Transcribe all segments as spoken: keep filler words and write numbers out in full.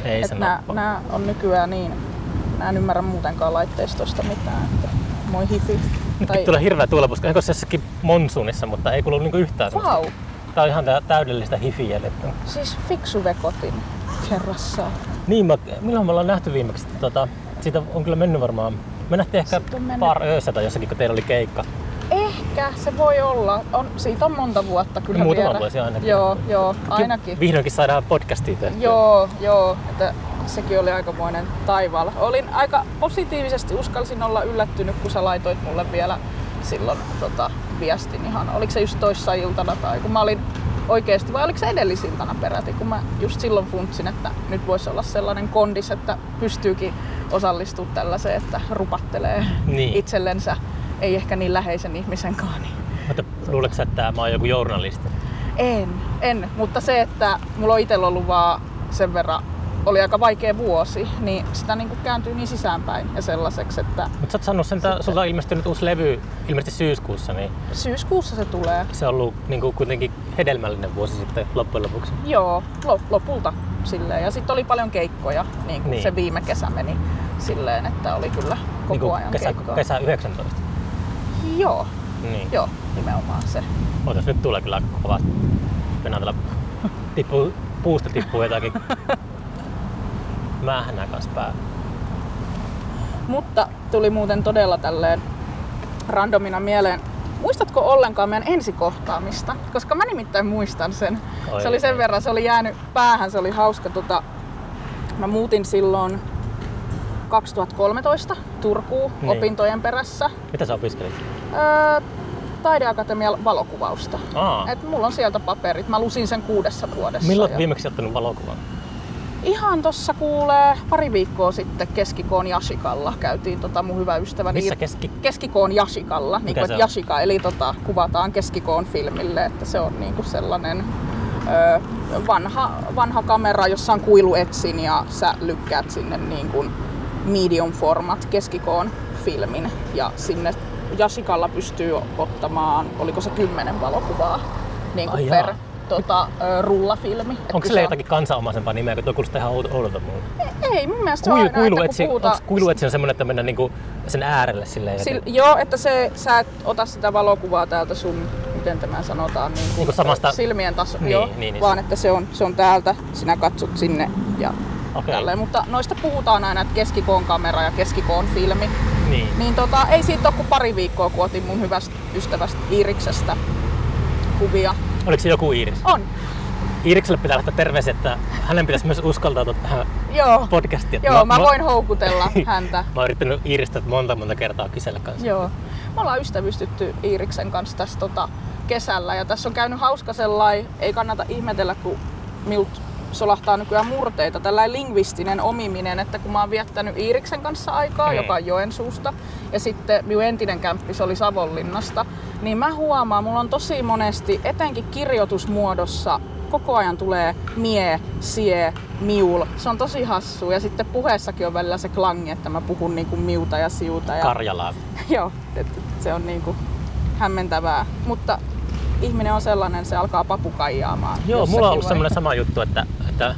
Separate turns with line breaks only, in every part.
Ei
Et
se
nää,
nappaa.
nää on nykyään niin, mä en ymmärrä muutenkaan laitteistosta mitään. Että moi hifi.
Nytkin tulee hirveä tuulepuska. Eikö se jossakin monsuunissa, mutta ei kuulu niinku yhtään
Vau!
semmoista. Tää on ihan tää täydellistä hifiä.
Siis fiksu vekotin kerrassaan.
Niin, mä, milloin me ollaan nähty viimeksi? Tota, siitä on kyllä mennyt varmaan. Me nähtiin ehkä par öössä tai jossakin, kun teillä oli keikka.
Ehkä se voi olla. On, siitä on monta vuotta kyllä
Muutama
vielä.
vuosi ainakin.
Joo, joo, ainakin.
Vihdoinkin saadaan podcastia tehtyä.
Joo, joo. Että sekin oli aikamoinen taivaalla. Olin aika positiivisesti, uskalsin olla yllättynyt, kun sä laitoit mulle vielä silloin tota, viestin ihan. Oliko se just toissa iltana tai kun mä olin oikeesti, vai oliko se edellisiltana peräti, kun mä just silloin funtsin, että nyt voisi olla sellainen kondis, että pystyykin osallistumaan tällaiseen, että rupattelee
Niin.
itsellensä, ei ehkä niin läheisen ihmisenkaan. Niin.
Mutta luuletko sä, että mä oon joku journalisti?
En, en, mutta se, että mulla on itsellä ollut vaan sen verran, oli aika vaikea vuosi, niin sitä niin kuin kääntyy niin sisäänpäin ja sellaiseksi, että...
Mutta sä oot sanonut sen, että sulta on ilmestynyt uusi levy ilmeisesti syyskuussa, niin
Syyskuussa se tulee.
se on ollut niin kuin kuitenkin hedelmällinen vuosi sitten loppujen lopuksi.
Joo, lopulta silleen. Ja sitten oli paljon keikkoja, niin kuin
Niin.
se viime kesä meni silleen, että oli kyllä koko
Niin kuin
ajan
kesä,
keikkoa.
kesä yhdeksäntoista.
Joo,
Niin.
joo, nimenomaan se.
Ootas, nyt tulee kyllä kova. Mennään tällä tippuu, puusta tippuu jotakin mähnää kanssa päälle.
Mutta tuli muuten todella tälleen randomina mieleen. Muistatko ollenkaan meidän ensikohtaamista? Koska mä nimittäin muistan sen.
Oi,
se oli sen
ei.
verran, se oli jäänyt päähän, se oli hauska. Tota, mä muutin silloin kaksituhattakolmetoista Turkuun
Niin.
opintojen perässä.
Mitä sä opiskelit?
Öö, Taideakatemian valokuvausta.
Aa.
Et mulla on sieltä paperit. Mä lusin sen kuudessa vuodessa.
Milloin
ja-
oot viimeksi ottanut valokuvan?
Ihan tossa kuulee pari viikkoa sitten Keskikoon Yashikalla. Käytiin tota mun hyvä ystäväni.
Missä keski?
Keskikoon Yashikalla. Niin kuin,
se on?
Yashika, eli tota, kuvataan Keskikoon filmille. Että se on niinku sellainen ö, vanha, vanha kamera, jossa on kuiluetsin ja sä lykkäät sinne niin kuin medium format Keskikoon filmin. Ja sinne Yashikalla pystyy ottamaan, oliko se kymmenen valokuvaa niin kuin
Ai
per
jaa.
tota, ö, rullafilmi. Et
Onko
kyse
sillä
on-
jotakin kansanomaisempaa nimeä, kun tuo kuulostaa ihan outo- oudolta mulle?
Ei, mun mielestä se on
Kuilu,
aina, että
kuiluetsi,
kun puhutaan...
onks kuiluetsi on semmoinen, että mennään niinku sen äärelle silleen?
Sil,
että-
joo, että se, sä et ota sitä valokuvaa täältä sun, miten tämä sanotaan, niin kuin
Niinku samasta-
silmien taso,
Niin,
joo,
niin, niin.
vaan että se on, se on täältä, sinä katsot sinne ja
Okei.
tälleen. Mutta noista puhutaan aina, että keskikoon kamera ja keskikoon filmi.
Niin.
Niin tota, ei siitä ole kuin pari viikkoa, kun otin mun hyvästä ystävästä Iiriksestä kuvia.
Oliko se joku Iiris?
On,
Iirikselle pitää lähteä terveisiä, että hänen pitäisi myös uskaltautua tähän
joo.
podcastiin.
Joo, mä voin houkutella häntä.
Mä oon yrittänyt Iiristä monta monta kertaa kysellä kanssa.
Joo. Me ollaan ystävystytty Iiriksen kanssa tässä tota, kesällä ja tässä on käynyt hauska sellainen, ei kannata ihmetellä, kun minut solahtaa nykyään murteita, tällainen lingvistinen omiminen, että kun mä oon viettänyt Iiriksen kanssa aikaa,
Mm.
joka on Joensuusta, ja sitten minun entinen kämppis oli Savonlinnasta, niin mä huomaan, mulla on tosi monesti, etenkin kirjoitusmuodossa, koko ajan tulee mie, sie, miul. Se on tosi hassua ja sitten puheessakin on välillä se klangi, että mä puhun niinku miuta ja siuta. Ja...
Karjalaa.
Joo, et, se on niinku hämmentävää, mutta ihminen on sellainen, se alkaa papukaijaamaan.
Joo,
jossakin
mulla on ollut
vaiheessa.
semmoinen sama juttu, että, että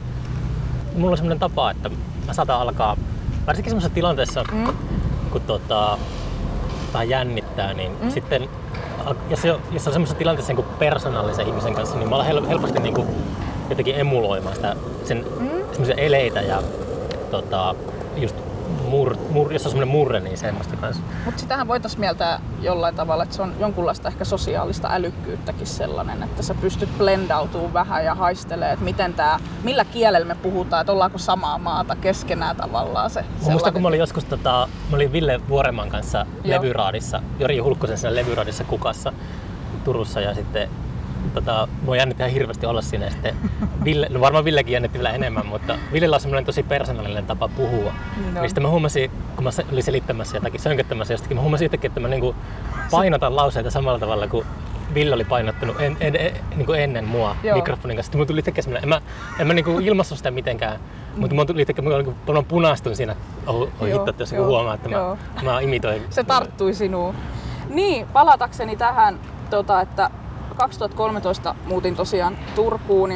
mulla on semmoinen tapa, että mä saatan alkaa, varsinkin semmoisessa tilanteessa,
Mm.
kun tota, vähän jännittää, niin
Mm.
sitten jos, jo, jos on semmoisessa tilanteessa niin kuin persoonallisen ihmisen kanssa, niin mä alan hel- helposti niin kuin jotenkin emuloimaan sitä, sen
Mm.
semmoisia eleitä ja tota, just mur, mur, jos on semmoinen murre, niin semmoista kanssa.
Mutta sitähän voitaisiin mieltää jollain tavalla, että se on jonkunlaista ehkä sosiaalista älykkyyttäkin sellainen, että sä pystyt blendautumaan vähän ja haistelee, että miten tää, millä kielellä me puhutaan, että ollaanko samaa maata keskenään tavallaan se.
Mä muistan, kun mä olin joskus tota, mä olin Ville Vuoreman kanssa
Joo.
Levyraadissa, Jori Hulkkosen siinä Levyraadissa Kukassa Turussa ja sitten tota, mua jännitti ihan hirveästi olla siinä ja sitten Ville, no varmaan Villekin jännitti vielä enemmän, mutta Villellä on semmoinen tosi persoonallinen tapa puhua.
No.
Niin sitten mä huomasin, kun mä olin selittämässä jotakin, sönköttämässä jostakin, mä huomasin jotenkin, että mä niinku painotan lauseita samalla tavalla kuin Ville oli painottanut en, en, en, niin kuin ennen mua
Joo.
mikrofonin kanssa. Sitten mun tuli tekemään semmoinen, en mä, en mä niinku ilmaistu sitä mitenkään, mm. mutta mun tuli tekemään, mä niinku punastuin siinä, oh, oh
Joo,
hitto, että jos joku
joo,
huomaa, että
joo.
mä, mä imitoin.
Se tarttui sinuun. Niin, palatakseni tähän, tota, että kaksituhattakolmetoista muutin tosiaan Turkuun ja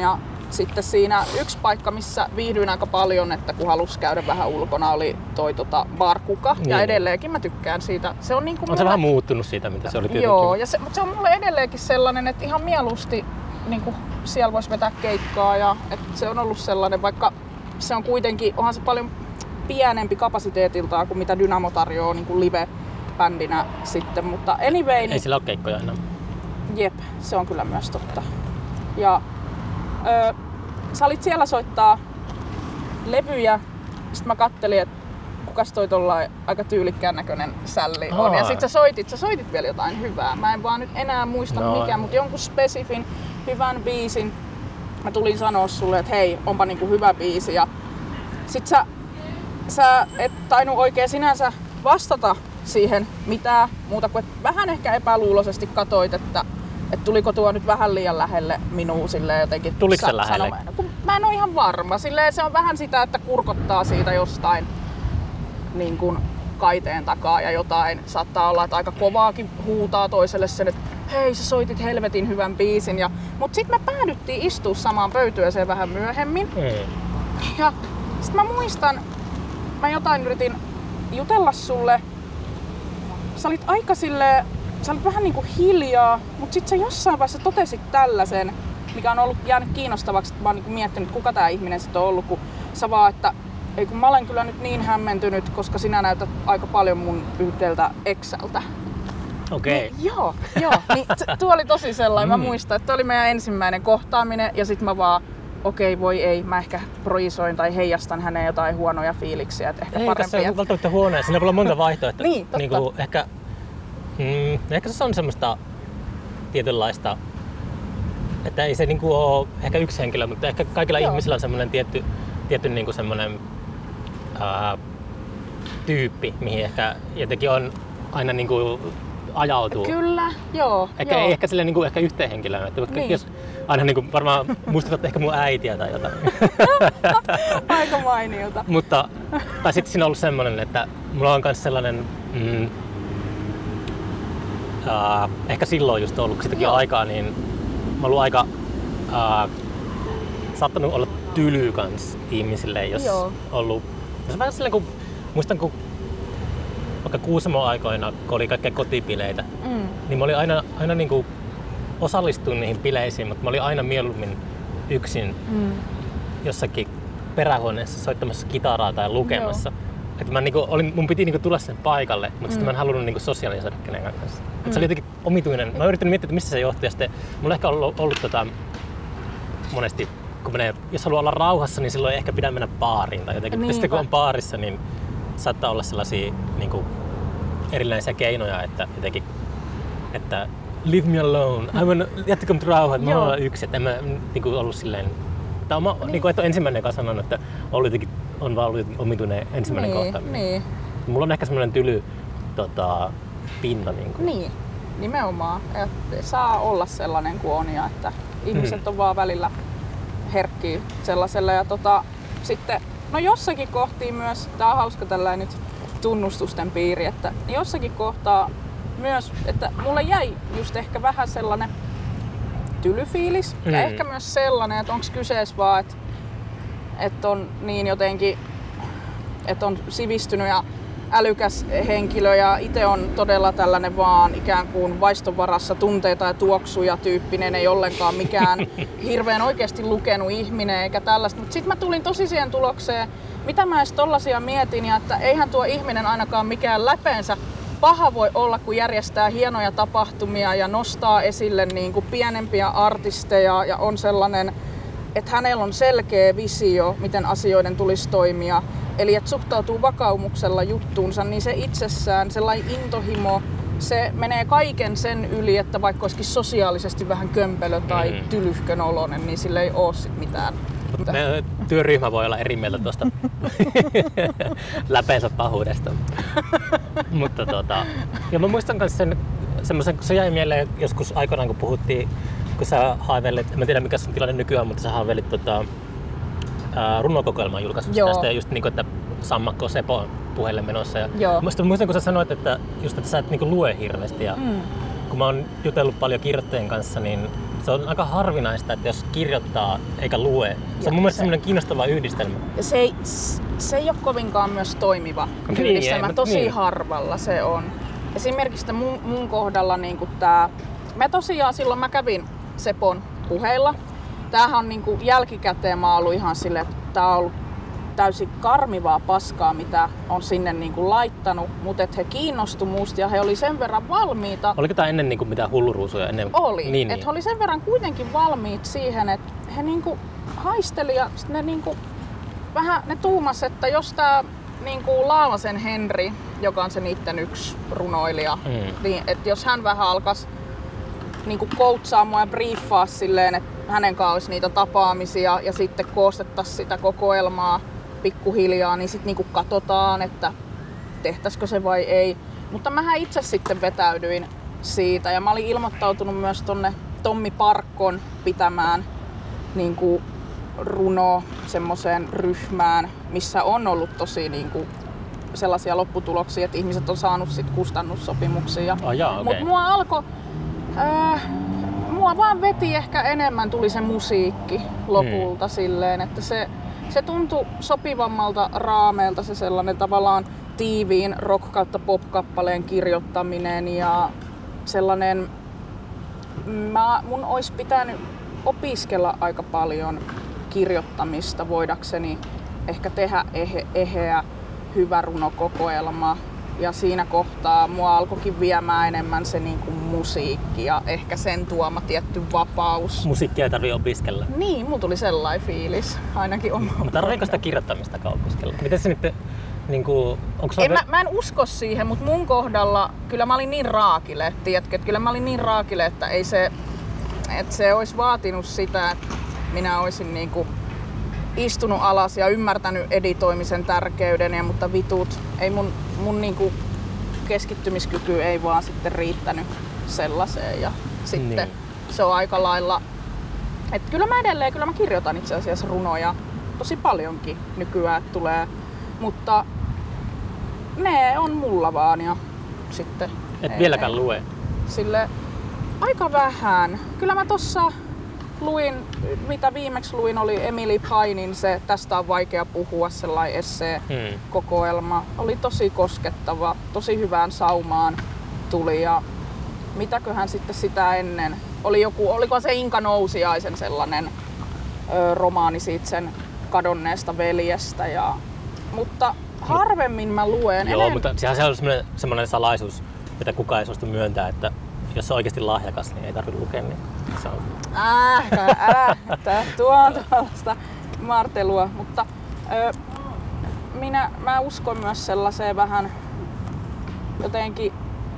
sitten siinä yksi paikka, missä viihdyin aika paljon, että kun halusi käydä vähän ulkona, oli toi tota Bar Kuka. Niin. Ja edelleenkin mä tykkään siitä. Se on, niinku
on
mulle...
se vähän muuttunut siitä, mitä se oli tietenkin.
Joo, ja se, mutta se on mulle edelleenkin sellainen, että ihan mieluusti niinku, siellä voisi vetää keikkaa. Ja, että se on ollut sellainen, vaikka se on kuitenkin, onhan se paljon pienempi kapasiteetiltaan kuin mitä Dynamo tarjoaa niinku live-bändinä sitten. Mutta anyway, niin...
Ei sillä ole keikkoja enää.
Jep, se on kyllä myös totta. Ja öö, sä olit siellä soittaa levyjä, sitten mä kattelin, että kukas toi tollain aika tyylikkään näköinen sälli on.
Aa.
Ja sit sä soitit, sä soitit vielä jotain hyvää. Mä en vaan nyt enää muista
no.
mikä, mutta jonkun spesifin hyvän biisin. Mä tulin sanoa sulle, että hei, onpa niinku hyvä biisi. Ja sit sä, sä et tainnut oikein sinänsä vastata siihen mitään muuta kuin, että vähän ehkä epäluuloisesti katoit, että että tuliko tuo nyt vähän liian lähelle minua silleen jotenkin.
Tuliko se lähelle?
No, kun mä en ole ihan varma. Silleen se on vähän sitä, että kurkottaa siitä jostain niin kuin kaiteen takaa ja jotain. Saattaa olla, että aika kovaakin huutaa toiselle sen, että hei, sä soitit helvetin hyvän biisin. Ja, mut sit me päädyttiin istua samaan pöytyöseen vähän myöhemmin. Mm. Ja sit mä muistan, mä jotain yritin jutella sulle. Sä olit aika silleen, sä olit vähän niinku hiljaa, mutta sit sä jossain vaiheessa totesit tällaisen, mikä on ollut jäänyt kiinnostavaksi, että mä oon niinku miettinyt, kuka tää ihminen sit on ollut, kun sä vaan, että ei kun mä olen kyllä nyt niin hämmentynyt, koska sinä näytät aika paljon mun yhdeltä eksältä.
Okei. Okay.
Niin, joo, joo. Niin, tuo oli tosi sellainen, mä muistan, että oli meidän ensimmäinen kohtaaminen ja sit mä vaan, okei okay, voi ei, mä ehkä projisoin tai heijastan häneen jotain huonoja fiiliksiä, että ehkä
ei,
parempi.
Ei, se on välttämättä huonoja, siinä voi olla monta vaihtoehtoa.
Niin, totta.
Niinku, ehkä Mm, ehkä se on semmoista tietynlaista, että ei se niinku ole ehkä yksi henkilö, mutta ehkä kaikilla Joo. ihmisillä on semmoinen tietty, tietty niinku semmoinen ää, tyyppi, mihin ehkä jotenkin on aina niinku ajautuu.
Kyllä, joo.
Ehkä
joo.
ei ehkä sille niinku ehkä yhteen henkilöön, että niin. jos aina niinku varmaan muistutat ehkä mun äitiä tai jotain.
Aika mainiota.
Mutta tai sitten siinä on ollut semmoinen, että mulla on myös sellainen mm, Uh, ehkä silloin just ollut, kun sitäkin on aikaa, niin mä oon ollut aika uh, saattanut olla tyly kans ihmisille, jos Joo. ollut. Se on vähän silleen, kun muistan, kun vaikka Kuusamon aikoina, kun oli kaikkea kotipileitä, mm. niin mä olin aina, aina niinku osallistunut niihin bileisiin, mutta mä olin aina mieluummin yksin mm. jossakin perähuoneessa soittamassa kitaraa tai lukemassa. Joo. Että mä niinku olin, mun piti niinku tulla sen paikalle, mutta mm. sitten mä en halunnut niinku sosiaalisoida kenenkään kanssa. Mm. Et se oli jotenkin omituinen. Mä oon yrittänyt miettiä, että mistä se johtuu. Ja sitten mulla ehkä on ollut, ollut tota, monesti, kun menee, jos haluaa olla rauhassa, niin silloin ei ehkä pidä mennä baariin tai jotenkin. Ja sitten kun on baarissa, niin saattaa olla sellaisia niinku, erilaisia keinoja, että jotenkin, että leave me alone, aivan jättäkö mut rauhaa, että mä haluan olla yksin. Että en mä niinku, ollut silleen, tai oma, niin. niinku, et ole ensimmäinen, joka sanonut, että on jotenkin on vaan ollut omituinen ensimmäinen
niin,
kohtaaminen.
Niin.
Mulla on ehkä semmoinen tyly tota, pinta. Niin, kuin.
Niin, nimenomaan. Ja saa olla sellainen kuin on ja että ihmiset mm. on vaan välillä herkkiä sellaiselle. Ja tota, sitten, no jossakin kohtiin myös, tää on hauska tällainen nyt tunnustusten piiri, että jossakin kohtaa myös, että mulle jäi just ehkä vähän sellainen tylyfiilis mm. ja ehkä myös sellainen, että onko kyseessä vaan, että että on niin jotenkin, että on sivistynyt ja älykäs henkilö ja itse on todella tällainen vaan ikään kuin vaiston varassa tunteita ja tuoksuja tyyppinen, ei ollenkaan mikään hirveän oikeasti lukenut ihminen eikä tällaista. Mutta sitten mä tulin tosi siihen tulokseen, mitä mä edes tollasia mietin ja että eihän tuo ihminen ainakaan mikään läpeensä paha voi olla, kun järjestää hienoja tapahtumia ja nostaa esille niin kuin pienempiä artisteja ja on sellainen, että hänellä on selkeä visio, miten asioiden tulisi toimia. Eli että suhtautuu vakaumuksella juttuunsa, niin se itsessään, sellainen intohimo, se menee kaiken sen yli, että vaikka olisikin sosiaalisesti vähän kömpelö tai mm. tylyhkön oloinen, niin sillä ei ole sit mitään.
Me, työryhmä voi olla eri mieltä tuosta läpeensä pahuudesta. Mutta tota, ja mä muistan myös sen, semmoisen, kun se jäi mieleen joskus aikoinaan, kun puhuttiin, kun sä haaveilit, en tiedä mikä on tilanne nykyään, mutta sä haaveilit tota, ää, runokokoelman julkaisusta tästä ja just niinku, että Sammakko Sepo on puheelle menossa. Ja muistan, muistan, kun sä sanoit, että just, että sä et niinku lue hirveästi ja mm. kun mä oon jutellut paljon kirjoittajien kanssa, niin se on aika harvinaista, että jos kirjoittaa eikä lue. Se on mun mielestä semmoinen kiinnostava yhdistelmä.
Se ei, se ei ole kovinkaan myös toimiva niin, yhdistelmä. Ei, Tosi niin. harvalla se on. Esimerkiksi mun, mun kohdalla niin tää... Mä tosiaan silloin mä kävin Sepon puheilla. Tämähän on niin kuin jälkikäteen mä oon ollut ihan silleen, että tää on ollut täysin karmivaa paskaa, mitä on sinne niin kuin laittanut, mutta he kiinnostu musta ja he oli sen verran valmiita.
Oliko tämä ennen niin kuin mitään hulluruusuja? Ennen...
Oli.
Niin,
että
niin.
he oli sen verran kuitenkin valmiit siihen, että he niin kuin haisteli ja ne niin kuin vähän ne tuumas, että jos tää niin kuin Laamasen Henri, joka on se niitten yksi runoilija, mm. niin että jos hän vähän alkaisi niin kuin coachaa mua ja briefaa silleen, että hänen kanssa olisi niitä tapaamisia ja sitten koostettaisiin sitä kokoelmaa pikkuhiljaa, niin sitten niinku katsotaan, että tehtäisikö se vai ei. Mutta mähän itse sitten vetäydyin siitä ja mä olin ilmoittautunut myös tonne Tommi Parkkon pitämään niinku runo semmoseen ryhmään, missä on ollut tosi niinku sellaisia lopputuloksia, että ihmiset on saanut sit kustannussopimuksia.
Oh, jaa, okay.
Mut mua alkoi äh, mua vaan veti ehkä enemmän tuli se musiikki lopulta hmm. silleen, että se Se tuntui sopivammalta raameelta se sellainen tavallaan tiiviin rock- kautta pop-kappaleen kirjoittaminen ja sellainen, mä, mun olisi pitänyt opiskella aika paljon kirjoittamista voidakseni ehkä tehdä ehe, eheä hyvä runokokoelma. Ja siinä kohtaa mua alkoikin viemään enemmän se niinku musiikki ja ehkä sen tuoma tietty vapaus.
Musiikkia ei tarvitse opiskella.
Niin, mun tuli sellainen fiilis, ainakin oma.
Mutta tarvitseeko sitä kirjoittamistakaan opiskella? Miten se nyt, niinku, onko
en, mä, mä en usko siihen, mutta mun kohdalla kyllä mä olin niin raakile, tiedätkö, että kyllä mä olin niin raakile, että ei se, että se olisi vaatinut sitä, että minä olisin niinku istunut alas ja ymmärtänyt editoimisen tärkeyden, ja, mutta vitut, ei mun, mun niinku keskittymiskyky ei vaan sitten riittänyt sellaiseen ja sitten niin. Se on aika lailla, että kyllä mä edelleen, kyllä mä kirjoitan itse asiassa runoja tosi paljonkin nykyään, että tulee, mutta ne on mulla vaan ja sitten
et vieläkään lue?
Sille aika vähän. Kyllä mä tossa luin, mitä viimeksi luin, oli Emily Painin se Tästä on vaikea puhua, sellainen essee-kokoelma. Hmm. Oli tosi koskettava, tosi hyvään saumaan tuli ja mitäköhän sitten sitä ennen. Oli joku, oliko se Inka Nousiaisen sellainen ö, romaani siitä sen kadonneesta veljestä. Ja, mutta harvemmin mä luen.
Joo,
Enen... mutta
sehän se on semmoinen, semmoinen salaisuus, mitä kukaan ei suostu myöntää, että jos on oikeasti lahjakas, niin ei tarvitse lukea. Niin se on...
Äh, älä, että tuo on tällaista martelua, mutta ö, minä, mä uskon myös sellaiseen vähän jotenkin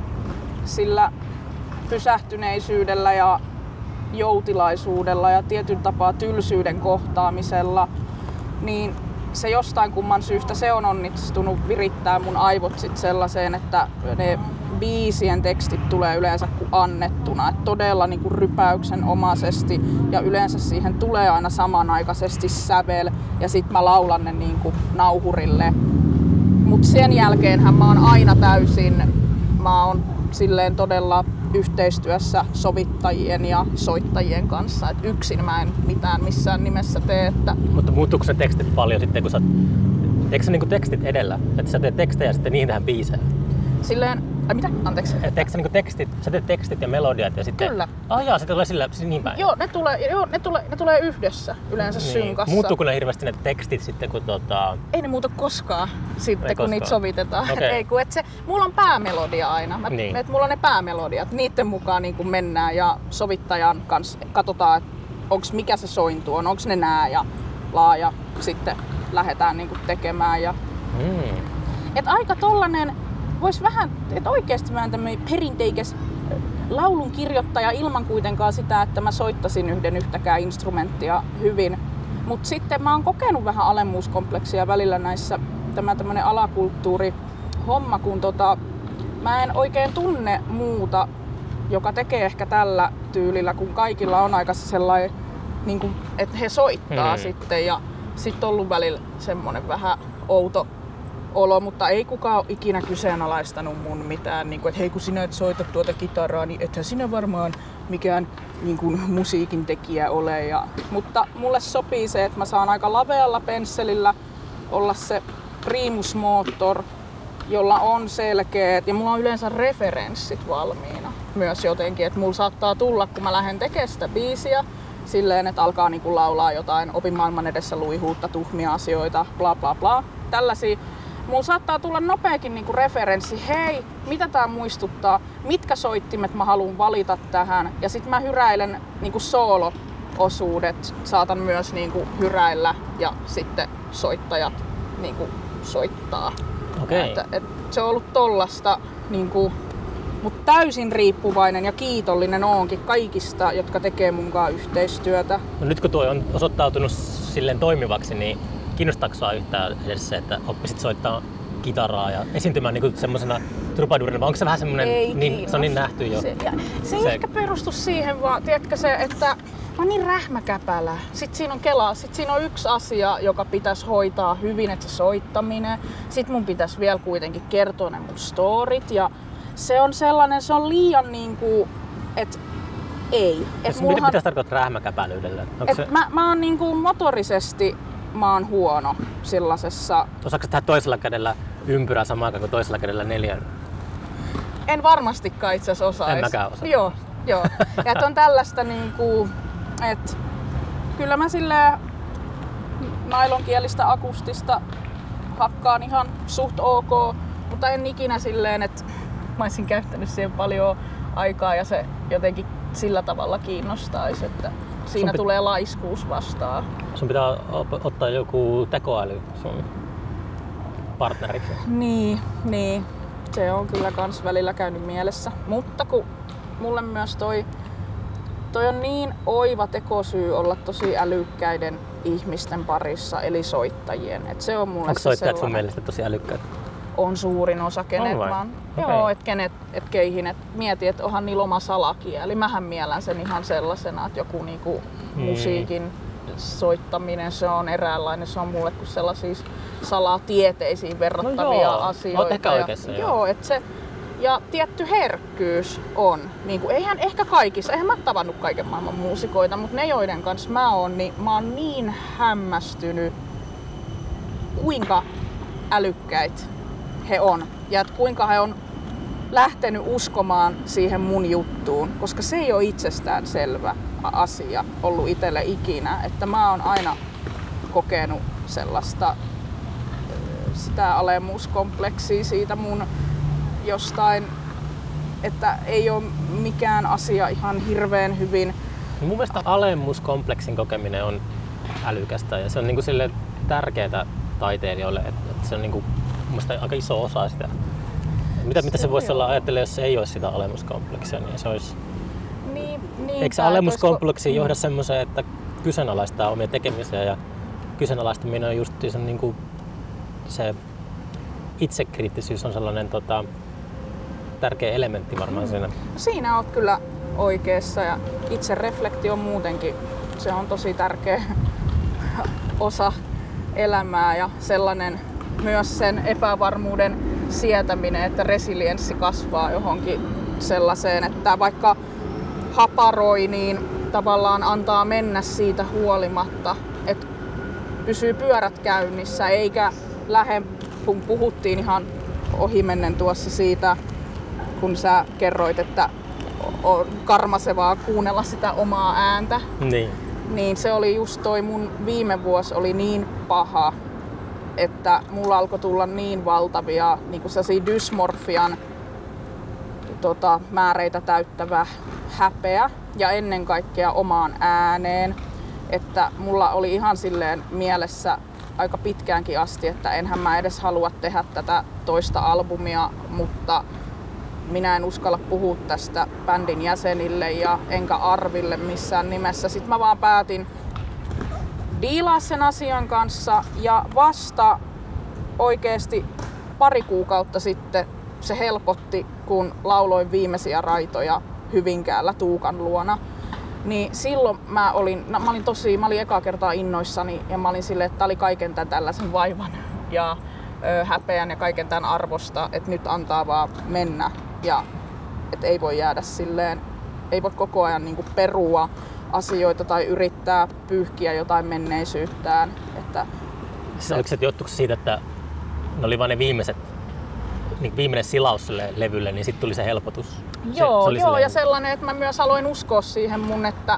sillä pysähtyneisyydellä ja joutilaisuudella ja tietyn tapaa tylsyyden kohtaamisella, niin se jostain kumman syystä se on onnistunut virittää mun aivot sit sellaiseen, että ne biisien tekstit tulee yleensä kuin annettuna, että todella niin kuin rypäyksenomaisesti ja yleensä siihen tulee aina samanaikaisesti sävel ja sit mä laulan ne niin kuin nauhurille. Mut sen jälkeenhän mä oon aina täysin, mä oon silleen todella yhteistyössä sovittajien ja soittajien kanssa, että yksin mä en mitään missään nimessä tee. Että...
Mutta muuttuuko ne tekstit paljon sitten, kun sä eikö se niinku tekstit edellä, että sä teet tekstejä ja sitten niihin tähän biisejä?
Silleen, ai mitä? Anteeksi.
Teekö sä niinku tekstit, sä teet tekstit ja melodiat ja sitten...
Kyllä.
Ah jaa, se tulee sillä niin päin.
Joo, ne tulee, joo, ne tulee, ne tulee yhdessä yleensä niin. Synkassa.
Muuttuuko ne hirveästi ne tekstit sitten, kun tota...
Ei ne muutu koskaan sitten,
Ei
kun
koskaan.
niitä sovitetaan.
Okay.
Ei, kun et se, mulla on päämelodia aina. Mä,
niin.
et mulla on ne päämelodiat. Niiden mukaan niin kun mennään ja sovittajan kanssa katsotaan, että onks mikä se sointu on, onks ne nää ja laa ja sitten lähdetään niin kun tekemään. Ja...
Mm.
Et aika tollanen, vois vähän, että oikeesti vähän tämmöinen perinteikäs laulun kirjoittaja ilman kuitenkaan sitä, että mä soittasin yhden yhtäkään instrumenttia hyvin. Mut sitten mä oon kokenut vähän alemmuuskompleksia välillä näissä, tämä tämmönen alakulttuuri homma, kun tota, mä en oikein tunne muuta, joka tekee ehkä tällä tyylillä, kun kaikilla on aika sellainen, niin kuin, että he soittaa mm. sitten ja sitten on ollut välillä semmonen vähän outo olo, mutta ei kukaan ole ikinä kyseenalaistanut mun mitään, niin kuin, että hei kun sinä et soita tuota kitaraa, niin ethän sinä varmaan mikään niin kuin, musiikin tekijä ole. Ja, mutta mulle sopii se, että mä saan aika lavealla pensselillä olla se primus motor, jolla on selkeät, ja mulla on yleensä referenssit valmiina myös jotenkin, että mulla saattaa tulla, kun mä lähden tekemään sitä biisiä, silleen, että alkaa niinku laulaa jotain, opin maailman edessä luihuutta, tuhmia asioita, bla bla bla, tällaisia. Mulla saattaa tulla nopeakin niinku referenssi, hei, mitä tää muistuttaa, mitkä soittimet mä haluan valita tähän, ja sit mä hyräilen niinku soolo-osuudet, saatan myös niinku hyräillä, ja sitten soittajat niinku soittaa.
Okei.
Että, et se on ollut tollasta, niinku, mutta täysin riippuvainen ja kiitollinen oonkin kaikista, jotka tekee munkaan yhteistyötä.
No nyt kun tuo on osoittautunut silleen toimivaksi, niin kiinnostaako sua yhtään edes se, että oppisit soittaa kitaraa ja esiintymään niinku semmosena trubadurina, vai onko se vähän semmonen, niin, se on niin nähty jo?
Se, ja, se ei se... ehkä perustu siihen, vaan tiedätkö se, että mä oon niin rähmäkäpälä. Sitten siinä on kelaa. Sitten siinä on yksi asia, joka pitäisi hoitaa hyvin, että se soittaminen. Sitten mun pitäisi vielä kuitenkin kertoa ne mun storit. Ja se on sellainen, se on liian niinku, että ei. Et
mullahan... Mitä pitäisi tarkoittaa rähmäkäpälyydellä?
Et
se...
mä, mä oon niinku motorisesti mä oon huono sellaisessa...
Osaatko tehdä toisella kädellä ympyrää samaan aikaan kuin toisella kädellä neljän?
En varmastikaan itse asiassa osaisi.
En mäkään osaa.
Joo, joo. Ja et on tällaista niinku, että kyllä mä silleen nailonkielistä akustista hakkaan ihan suht ok, mutta en ikinä silleen, että mä olisin käyttänyt siihen paljon aikaa ja se jotenkin sillä tavalla kiinnostaisi, että siinä pit... tulee laiskuus vastaan.
Sun pitää ottaa joku tekoäly sun partneriksi.
Niin, niin. Se on kyllä kans välillä käynyt mielessä. Mutta kun mulle myös toi, toi on niin oiva tekosyy olla tosi älykkäiden ihmisten parissa, eli soittajien. Et se on mulle
onko
se
soittajat
sellainen...
sun mielestä tosi älykkäitä?
On suurin osa, kenet mä oon. Okay. Joo, et kenet, et keihin, et mieti, että onhan niillä oma salakieli. Mähän mielän sen ihan sellaisena, että joku niinku hmm. musiikin soittaminen, se on eräänlainen, se on mulle kuin sellaisia salatieteisiin verrattavia
no joo,
asioita.
oot ehkä oikeassa,
ja,
joo.
joo, et se, ja tietty herkkyys on. Niin kuin, eihän ehkä kaikissa, eihän mä tavannut kaiken maailman muusikoita, mutta ne joiden kanssa mä oon, niin mä oon niin hämmästynyt, kuinka älykkäitä he on. Ja et kuinka he on lähtenyt uskomaan siihen mun juttuun, koska se ei ole itsestään selvä asia ollut itselle ikinä. Että mä oon aina kokenut sellaista sitä alemuskompleksia siitä mun jostain, että ei ole mikään asia ihan hirveän hyvin.
Mun mielestä alemuskompleksin kokeminen on älykästä ja se on niinku sille tärkeää taiteilijoille, että se on niinku mun mielestä aika iso osa sitä. Mitä, mitä se voisi olla ajatella, jos se ei olisi sitä alemuskompleksia, niin se olisi...
Niin, niin,
eikö se alemuskompleksi olisiko... johda semmoiseen, että kyseenalaistaa omia tekemisiä ja kyseenalaistaminen on just se, niin kuin, se itsekriittisyys on sellainen tota, tärkeä elementti varmaan siinä.
Siinä olet kyllä oikeassa ja itsereflektio muutenkin, se on tosi tärkeä osa elämää ja sellainen myös sen epävarmuuden sietäminen, että resilienssi kasvaa johonkin sellaiseen, että vaikka haparoi, niin tavallaan antaa mennä siitä huolimatta, että pysyy pyörät käynnissä, eikä lähde, kun puhuttiin ihan ohimennen tuossa siitä, kun sä kerroit, että on karmasevaa kuunnella sitä omaa ääntä,
niin,
niin se oli just toi mun viime vuosi oli niin paha, että mulla alkoi tulla niin valtavia niin kuin sellaisia dysmorfian tota, määreitä täyttävä häpeä ja ennen kaikkea omaan ääneen, että mulla oli ihan silleen mielessä aika pitkäänkin asti, että enhän mä edes halua tehdä tätä toista albumia, mutta minä en uskalla puhua tästä bändin jäsenille ja enkä Arville missään nimessä. Sitten mä vaan päätin diilaa sen asian kanssa ja vasta oikeesti pari kuukautta sitten se helpotti, kun lauloin viimeisiä raitoja Hyvinkäällä Tuukan luona. Niin silloin mä olin, no, mä olin tosi, mä olin ekaa kertaa innoissani ja mä olin silleen, että tää oli kaiken tämän tällaisen vaivan ja ö, häpeän ja kaiken tämän arvosta, että nyt antaa vaan mennä ja että ei voi jäädä silleen, ei voi koko ajan niinku perua asioita tai yrittää pyyhkiä jotain menneisyyttään. Että
siis oliko se johtuiko siitä, että ne oli vain ne viimeiset, niin viimeinen silaus sille levylle, niin sitten tuli se helpotus?
Joo,
se, se
joo ja sellainen, että mä myös aloin uskoa siihen mun, että,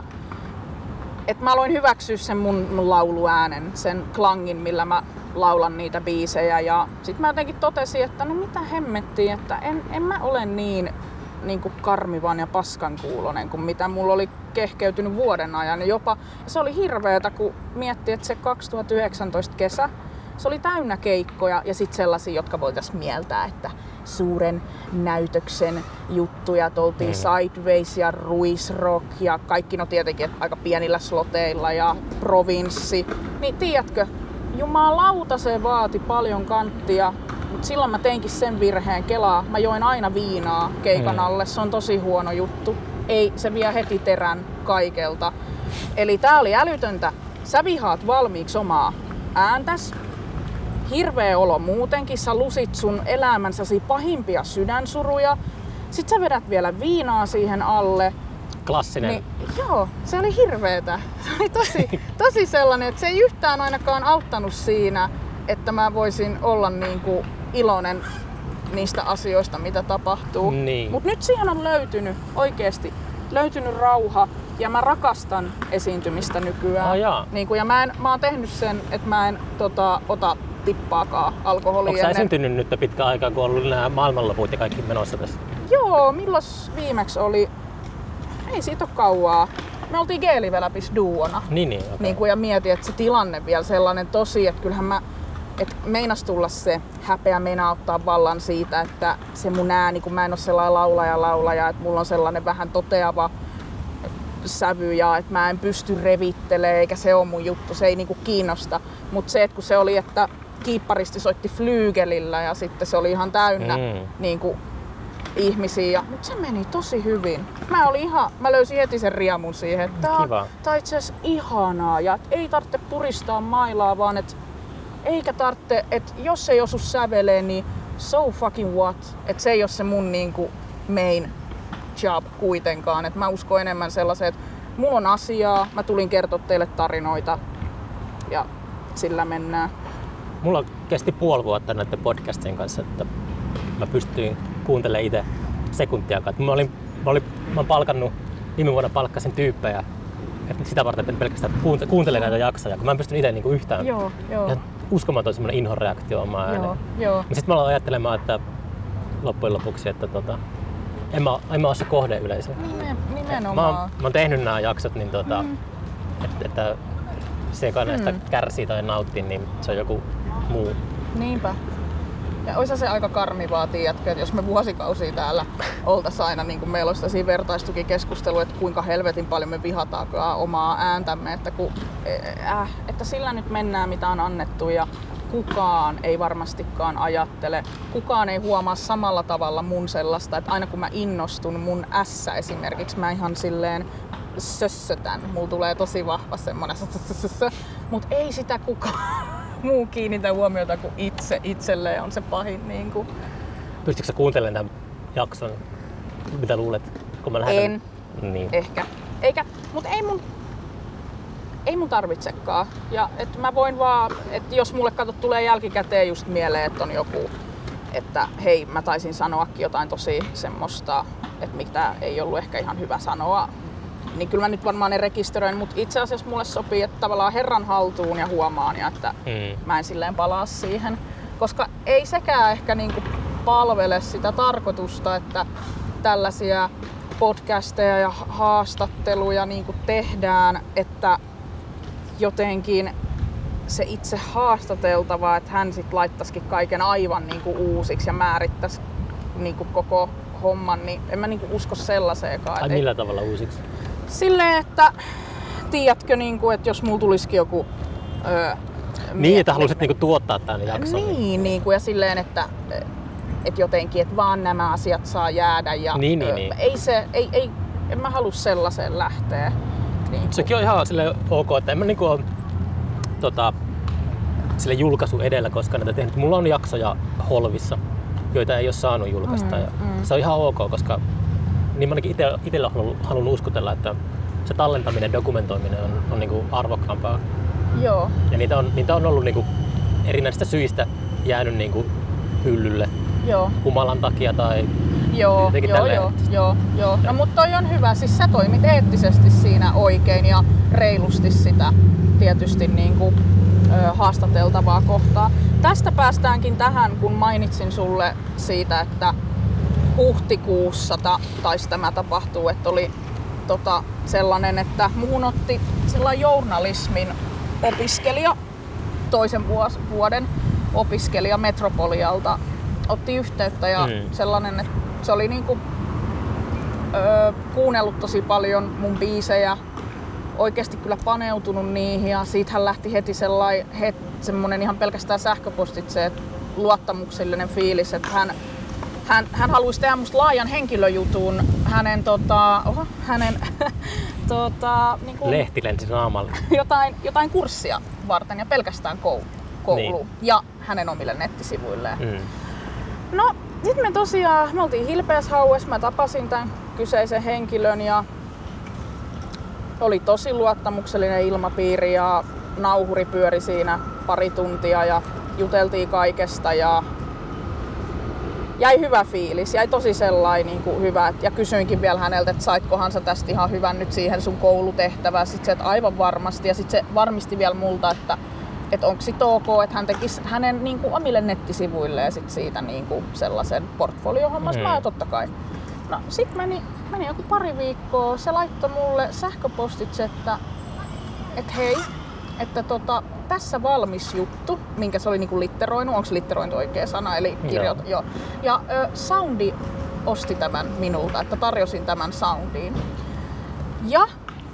että mä aloin hyväksyä sen mun, mun lauluäänen, sen klangin, millä mä laulan niitä biisejä. Ja sit mä jotenkin totesin, että no mitä hemmettiä, että en, en mä ole niin, niin kuin karmivan ja paskan kuulonen kuin mitä mulla oli kehkeytynyt vuoden ajan. Ja jopa, ja se oli hirveetä, kun miettii, että se kaksituhattayhdeksäntoista kesä, se oli täynnä keikkoja ja sitten sellaisia, jotka voitaisiin mieltää, että suuren näytöksen juttuja, että oltiin mm. Sideways ja Ruisrock ja kaikki no tietenkin aika pienillä sloteilla ja Provinssi. Niin tiedätkö, jumalauta se vaati paljon kanttia, mutta silloin mä teinkin sen virheen kelaa. Mä join aina viinaa keikan alle, se on tosi huono juttu. Ei, se vie heti terän kaikelta. Eli tää oli älytöntä. Sä vihaat valmiiksi omaa ääntäs. Hirveä olo muutenkin, sä lusit sun elämänsäsi pahimpia sydänsuruja. Sit sä vedät vielä viinaa siihen alle.
Klassinen.
Niin, joo, se oli hirveetä. Se oli tosi, tosi sellainen, että se ei yhtään ainakaan auttanut siinä, että mä voisin olla niinku iloinen niistä asioista, mitä tapahtuu.
Niin.
Mut nyt siihen on löytynyt oikeesti, löytynyt rauha. Ja mä rakastan esiintymistä nykyään.
Oh,
niin kun, ja mä, en, mä oon tehnyt sen, että mä en tota, ota tippaakaan alkoholia.
Onko sä esiintynyt nyt pitkä aikaa, kun on ollut nämä maailmanloput ja kaikki menossa tässä?
Joo, milloin viimeksi oli? Ei siitä ole kauaa. Me oltiin Geeliveläpis duona.
Niin, niin, okay.
Niin kun, ja mietin, että se tilanne vielä sellainen tosi, että kyllähän mä et meinas tulla se häpeä, meinaa ottaa vallan siitä, että se mun ääni, kun mä en ole sellainen laulaja laulaja, että mulla on sellainen vähän toteava sävy ja että mä en pysty revittelemään eikä se ole mun juttu, se ei niinku kiinnosta. Mutta se, että kun se oli, että kiipparisti soitti flyygelillä ja sitten se oli ihan täynnä mm. niinku, ihmisiä. Mutta se meni tosi hyvin. Mä, olin ihan, mä löysin heti sen riemun siihen, että tää, tää on itse asiassa ihanaa ja et ei tarvitse puristaa mailaa, vaan että eikä tarvitse, että jos ei osu säveleen, niin so fucking what. Että se ei ole se mun niinku main job kuitenkaan. Et mä uskon enemmän sellaiseen, että mulla on asiaa, mä tulin kertoa teille tarinoita ja sillä mennään.
Mulla kesti puoli vuotta näiden podcastien kanssa, että mä pystyin kuuntelemaan itse sekuntiakaan. Mä olin, mä olin mä olin palkannut, viime vuonna palkkasin tyyppejä, että sitä varten, että pelkästään kuuntele näitä jaksoja, kun mä en pystynyt itse niinku yhtään.
Joo, joo.
Ja uskomaton semmoinen inhoreaktio omaan ääneen.
Joo.
Sitten mä aloin ajattelemaan, että loppujen lopuksi, että tota, en mä, en mä ole se kohdeyleisö.
Nimenomaan.
Mä oon, mä oon tehnyt nämä jaksot, niin tota, mm. että, että se, joka näistä mm. kärsii tai nauttii, niin se on joku muu.
Niinpä. Ja oisa se aika karmivaa, tiedätkö, että jos me vuosikausia täällä oltais aina, niin kuin meillä olisi siinä vertaistukikeskustelu, että kuinka helvetin paljon me vihataankaan omaa ääntämme, että, kun, äh, että sillä nyt mennään mitä on annettu ja kukaan ei varmastikaan ajattele, kukaan ei huomaa samalla tavalla mun sellaista, että aina kun mä innostun mun ässä esimerkiksi, mä ihan silleen sössötän, mulla tulee tosi vahva semmonen sössössö, mut ei sitä kukaan muu kiinnitä huomiota kuin itse itselleen on se pahin. Niin kuin.
Pystytkö sä kuuntelemaan tämän jakson? Mitä luulet, kun mä lähetän?
En.
Niin.
Ehkä. Eikä, mut ei mun, ei mun tarvitsekaan. Ja et mä voin vaan, että jos mulle kato tulee jälkikäteen just mieleen, että on joku, että hei, mä taisin sanoakin jotain tosi semmoista, että mitä ei ollut ehkä ihan hyvä sanoa. Niin kyllä mä nyt varmaan ne rekisteröin, mutta itse asiassa mulle sopii, että tavallaan herran haltuun ja huomaan, ja että mm. mä en silleen palaa siihen. Koska ei sekään ehkä niinku palvele sitä tarkoitusta, että tällaisia podcasteja ja haastatteluja niinku tehdään, että jotenkin se itse haastateltava, että hän sit laittaisikin kaiken aivan niinku uusiksi ja määrittäisi niinku koko homman, niin en mä niinku usko sellaiseenkaan.
Ai millä tavalla uusiksi?
Silleen, että tiedätkö, niinku, että jos mulla tulisikin joku... Öö,
niin, että haluaisit niinku tuottaa tämän jakson.
Niin, niin. Niinku, ja silleen, että et jotenkin, että vaan nämä asiat saa jäädä. Ja,
niin, niin,
öö,
niin.
Ei se, ei, ei, en mä halua sellaiseen lähteä. Niinku.
Sekin on ihan silleen ok, että en mä niinku ole tota, sille julkaisu edellä koskaan näitä tehnyt. Mulla on jaksoja Holvissa, joita ei ole saanut julkaista. Mm, ja mm. Se on ihan ok, koska niin mä ainakin itsellä haluan, haluan uskotella, että se tallentaminen, dokumentoiminen on, on niinku arvokkaampaa.
Joo.
Ja niitä on, niitä on ollut niinku erinäisistä syistä jäänyt niinku hyllylle.
Joo.
Humalan takia tai
joo, joo, joo, joo, joo. No mutta toi on hyvä. Siis sä toimit eettisesti siinä oikein ja reilusti sitä tietysti niinku, ö, haastateltavaa kohtaa. Tästä päästäänkin tähän, kun mainitsin sulle siitä, että huhtikuussa ta, taisi tämä tapahtuu, että oli tota, sellainen, että muun otti sellainen journalismin opiskelija, toisen vuos, vuoden opiskelija Metropolialta, otti yhteyttä ja mm. sellainen, että se oli niinku, ö, kuunnellut tosi paljon mun biisejä, oikeasti kyllä paneutunut niihin ja siitä hän lähti heti sellainen, het, semmonen ihan pelkästään sähköpostitse, että luottamuksellinen fiilis, että hän Hän, hän haluaisi tehdä musta laajan henkilöjutun hänen, tota, oho, hänen tota, niin kuin,
lehti lensi naamalle.
Jotain, jotain kurssia varten ja pelkästään koulu, kouluun niin. Ja hänen omille nettisivuilleen. Mm. No, sit me tosiaan, me oltiin Hilpeäshauessa, mä tapasin tämän kyseisen henkilön ja oli tosi luottamuksellinen ilmapiiri ja nauhuri pyöri siinä pari tuntia ja juteltiin kaikesta ja jäi hyvä fiilis, jäi tosi sellainen niin kuin hyvä. Ja kysyinkin vielä häneltä, että saitkohan sä tästä ihan hyvän nyt siihen sun koulutehtävään. Sitten se, että aivan varmasti. Ja sitten se varmisti vielä multa, että, että onko sit ok, että hän tekisi hänen niin kuin omille nettisivuilleen sit siitä niin kuin sellaisen portfoliohommasta. Mm. Mä totta kai. No sit meni, meni joku pari viikkoa. Se laittoi mulle sähköpostitse, että, että hei, että tota, tässä valmis juttu, minkä se oli niinku litteroinut, onko litterointi oikea sana, eli kirjoit, joo. Jo. Ja ö, Soundi osti tämän minulta, että tarjosin tämän Soundiin. Ja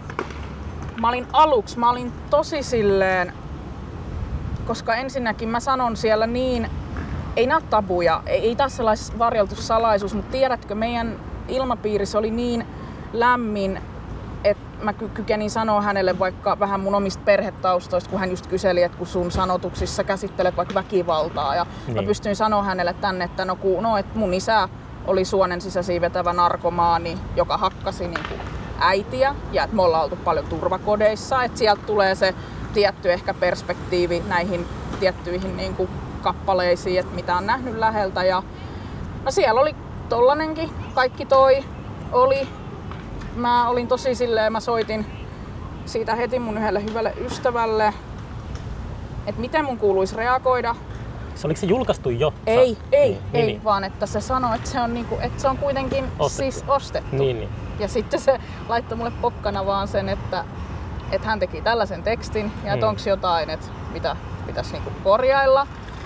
mä olin aluksi, mä olin tosi silleen, koska ensinnäkin mä sanon siellä niin, ei nää tabuja, ei, ei taas sellais varjeltu salaisuus, mutta tiedätkö, meidän ilmapiirissä oli niin lämmin, että mä ky- kykenin sanoa hänelle vaikka vähän mun omista perhetaustoista, kun hän just kyseli, että kun sun sanotuksissa käsittelet vaikka väkivaltaa. Ja niin. Mä pystyin sanoa hänelle tänne, että no, ku, no, et mun isä oli suonen sisäisiä vetävä narkomaani, joka hakkasi niin kuin äitiä. Ja että me ollaan oltu paljon turvakodeissa. Että sieltä tulee se tietty ehkä perspektiivi näihin tiettyihin niin kuin kappaleisiin, että mitä on nähnyt läheltä. Ja no siellä oli tollanenkin, kaikki toi oli. Mä olin tosi silleen, mä soitin siitä heti mun yhdelle hyvälle ystävälle, että miten mun kuuluisi reagoida.
Se oliko se julkaistu jo?
Ei, ei,
niin,
ei,
niin.
Vaan että se sanoi, että se on, niinku, että se on kuitenkin ostettu. Siis ostettu.
Niin, niin.
Ja sitten se laittoi mulle pokkana vaan sen, että, että hän teki tällaisen tekstin ja että mm. onko jotain, että mitä pitäisi niinku korjailla.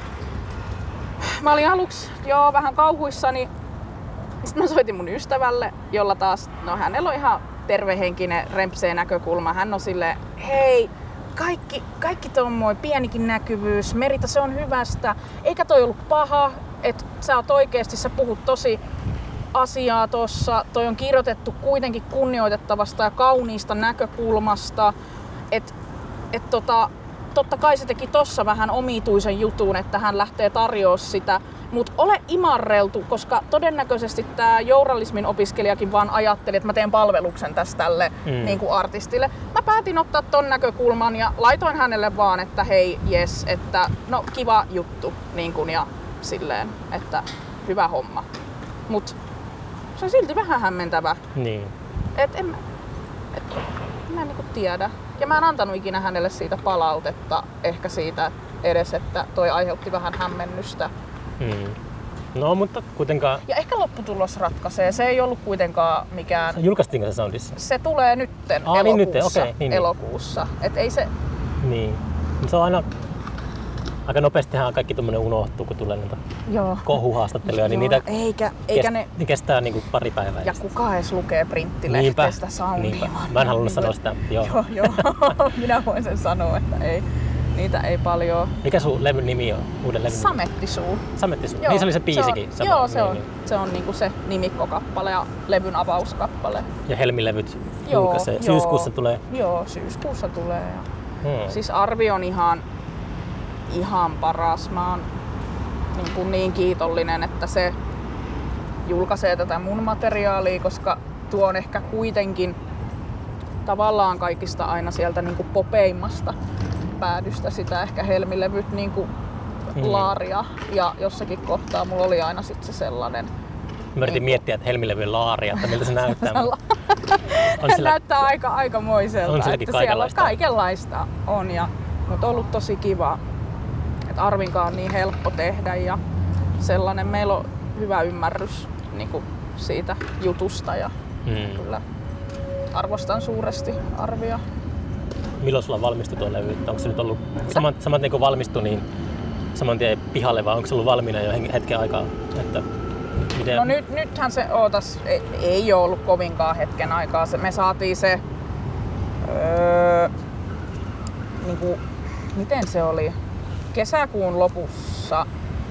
Mä olin aluksi joo vähän kauhuissani. Sitten mä soitin mun ystävälle, jolla taas, no hänellä on ihan tervehenkinen, rempsee näkökulma. Hän on silleen, hei, kaikki, kaikki tommoinen pienikin näkyvyys, Merita, se on hyvästä. Eikä toi ollut paha, että sä oot oikeesti, sä puhut tosi asiaa tossa. Toi on kirjoitettu kuitenkin kunnioitettavasta ja kauniista näkökulmasta. Että et tota, totta kai se teki tossa vähän omituisen jutun, että hän lähtee tarjoamaan sitä. Mut ole imarreltu, koska todennäköisesti tää journalismin opiskelijakin vaan ajatteli, että mä teen palveluksen tästä tälle mm. niin kuin artistille. Mä päätin ottaa ton näkökulman ja laitoin hänelle vaan, että hei, jes, että no kiva juttu niin kuin, ja silleen, että hyvä homma. Mut se on silti vähän hämmentävä.
Niin.
Et en mä, et, mä en niinku tiedä. Ja mä en antanut ikinä hänelle siitä palautetta, ehkä siitä edes, että toi aiheutti vähän hämmennystä.
Hmm. No, mutta kuitenkaan...
Ja ehkä lopputulos ratkaisee. Se ei ollut kuitenkaan mikään...
Julkaistiinko se Soundissa?
Se tulee nytten
Aa,
elokuussa.
Niin, nytten. Okay, niin, niin.
elokuussa. Et ei se...
Niin. Se on aina... Aika nopeastihan kaikki tommonen unohtuu, kun tulee näitä
Joo.
kohuhaastatteluja, niin
Joo.
niitä
eikä, eikä
kest,
ne...
ne kestää niinku pari päivää.
Ja kuka edes lukee printtilehteestä Soundia?
Niinpä. Mä en halunnut sanoa sitä. Joo.
joo, joo. Minä voin sen sanoa, että ei. Niitä ei paljon.
Mikä sun levyn nimi on? Uuden levyn
Samettisuu.
Samettisuu. Niin se oli se biisikin.
Se on, joo, se on, niin. se on niinku se nimikkokappale ja levyn avauskappale.
Ja Helmi-levyt julkaisee. Syyskuussa tulee?
Joo, syyskuussa tulee. Ja
hmm.
Siis Arvi on ihan, ihan paras. Mä oon niin, kuin niin kiitollinen, että se julkaisee tätä mun materiaalia, koska tuo on ehkä kuitenkin tavallaan kaikista aina sieltä niin kuin popeimmasta päädystä sitä ehkä Helmi-levyt niin kuin mm. laaria. Ja jossakin kohtaa mulla oli aina sit se sellainen.
Mä yritin niin miettiä, että Helmi-levyn laaria, että miltä se näyttää.
On sillä, näyttää aika aikamoiselta,
on
että siellä on kaikenlaista on. Ja, mutta on ollut tosi kiva, että Arvinkaan on niin helppo tehdä ja sellainen, meillä on hyvä ymmärrys niin kuin siitä jutusta ja mm. kyllä arvostan suuresti Arvia.
Milloin sulla valmistui tuo levy? Onko se nyt ollut saman, saman tien kun valmistui, niin saman tien pihalle vai onko se ollut valmiina jo hetken aikaa? Että miten...
No nyt, nythän se ootas, ei, ei ole ollut kovinkaan hetken aikaa. Se, me saatiin se, öö, niinku, miten se oli, kesäkuun lopussa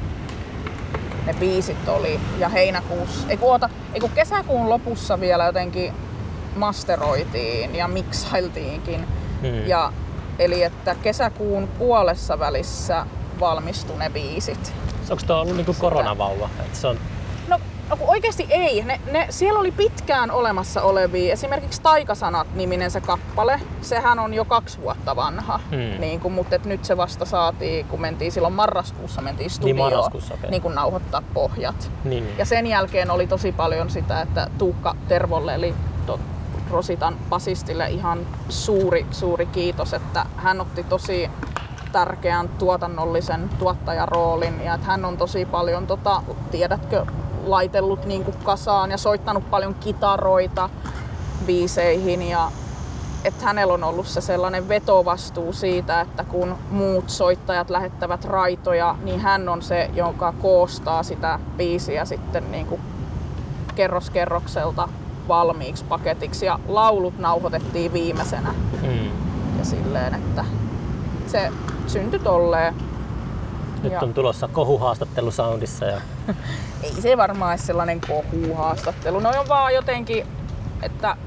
ne biisit oli ja heinäkuussa, ei kun, oota, ei kun kesäkuun lopussa vielä jotenkin masteroitiin ja miksailtiinkin. Hmm. Ja, eli että kesäkuun puolessa välissä valmistui ne biisit.
Onko tuo ollut niinku koronavauva? Että se on...
No, no kun oikeesti ei. Ne, ne, siellä oli pitkään olemassa olevia. Esimerkiksi Taikasanat-niminen se kappale. Sehän on jo kaksi vuotta vanha. Hmm. Niin kun, mutta et nyt se vasta saatiin, kun mentiin silloin marraskuussa mentiin studioon
niin, okay.
niin kun nauhoittaa pohjat.
Niin, niin.
Ja sen jälkeen oli tosi paljon sitä, että Tuukka Tervolle eli tot, Rositan basistille ihan suuri, suuri kiitos, että hän otti tosi tärkeän tuotannollisen tuottajaroolin ja että hän on tosi paljon, tota, tiedätkö, laitellut niin kuin kasaan ja soittanut paljon kitaroita biiseihin ja että hänellä on ollut se sellainen vetovastuu siitä, että kun muut soittajat lähettävät raitoja, niin hän on se, joka koostaa sitä biisiä sitten niin kuin kerroskerrokselta valmiiksi paketiksi ja laulut nauhoitettiin viimeisenä. Mm. Ja silleen, että se syntyi tolleen.
Nyt ja... on tulossa kohuhaastattelu Soundissa. Ja...
Ei se varmaan edes sellainen kohuhaastattelu. No on vaan jotenkin, että...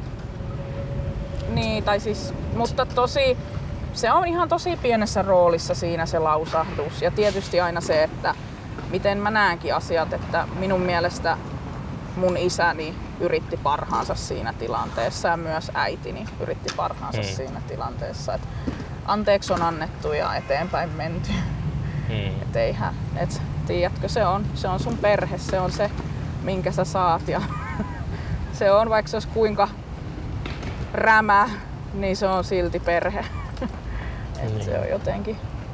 Niin, tai siis... Mutta tosi... Se on ihan tosi pienessä roolissa siinä se lausahdus. Ja tietysti aina se, että miten mä näenkin asiat, että minun mielestä mun isäni yritti parhaansa siinä tilanteessa ja myös äitini yritti parhaansa hmm. siinä tilanteessa. Et anteeksi on annettu ja eteenpäin menty. Hmm. Et eihän, et, tiedätkö, se on, se on sun perhe, se on se, minkä sä saat. Ja se on, vaikka se olisi kuinka rämä, niin se on silti perhe. Et hmm. se on jotenkin...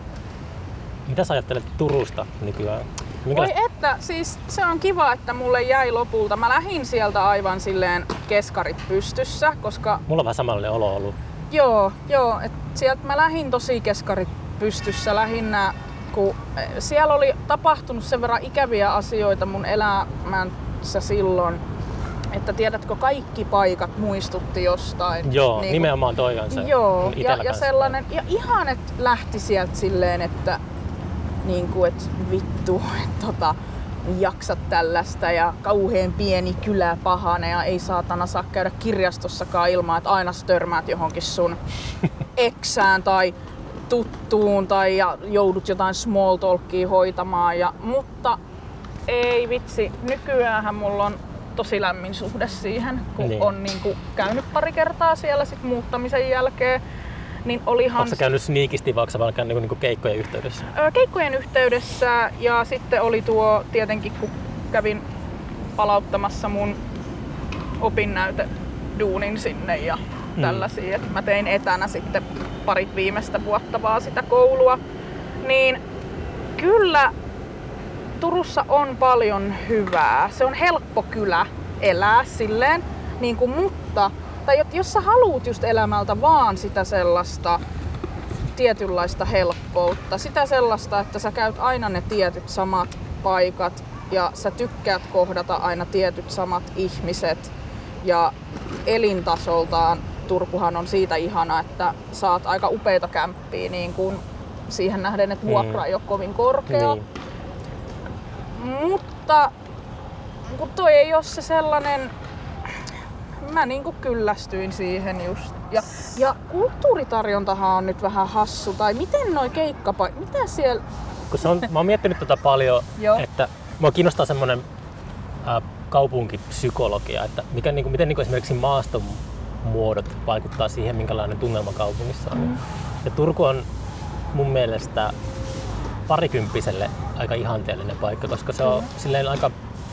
Mitä sä ajattelet Turusta nykyään?
Voi että, siis se on kiva, että mulle jäi lopulta. Mä lähdin sieltä aivan silleen keskarit pystyssä, koska...
Mulla on vähän samanlainen olo ollut.
Joo, joo. Et sieltä mä lähdin tosi keskarit pystyssä lähinnä, kun siellä oli tapahtunut sen verran ikäviä asioita mun elämässä silloin, että tiedätkö, kaikki paikat muistutti jostain.
Joo,
niin
nimenomaan toi on se.
Joo, ja, ja sellainen, ja ihan et lähti sieltä silleen, että niin kuin, et vittu, et tota, jaksa tällaista ja kauheen pieni kylä pahane ja ei saatana saa käydä kirjastossakaan ilman, että aina törmäät johonkin sun eksään tai tuttuun tai ja joudut jotain small talkia hoitamaan. Ja, mutta ei vitsi, nykyäänhän mulla on tosi lämmin suhde siihen, kun niin. on niin kuin käynyt pari kertaa siellä sit muuttamisen jälkeen. Niin olihan...
Oletko sä käynyt sniikisti, vai oletko sä vaan käynyt niin kuin keikkojen yhteydessä?
Keikkojen yhteydessä ja sitten oli tuo tietenkin, kun kävin palauttamassa mun opinnäyteduunin sinne ja mm. tällaisia. Mä tein etänä sitten parit viimeistä vuotta vaan sitä koulua. Niin kyllä Turussa on paljon hyvää. Se on helppo kylä elää silleen, niin kuin, mutta tai jos sä haluut just elämältä vaan sitä sellaista tietynlaista helppoutta, sitä sellaista, että sä käyt aina ne tietyt samat paikat ja sä tykkäät kohdata aina tietyt samat ihmiset ja elintasoltaan Turkuhan on siitä ihana, että saat aika upeita kämppiä niin kuin siihen nähden, että vuokra mm. ei ole kovin korkea. Niin. Mutta kun toi ei ole se sellainen mä niinku kyllästyin siihen just. Ja, ja kulttuuritarjontahan on nyt vähän hassu. Tai miten noi keikkapaikat, mitä siellä...
Kun se on, mä oon miettinyt tota paljon,
Joo.
että mua kiinnostaa semmonen äh, kaupunkipsykologia, että mikä, niinku, miten niinku esimerkiksi maastomuodot vaikuttaa siihen, minkälainen tunnelma kaupungissa on. Mm. Ja Turku on mun mielestä parikymppiselle aika ihanteellinen paikka, koska se on mm. silleen aika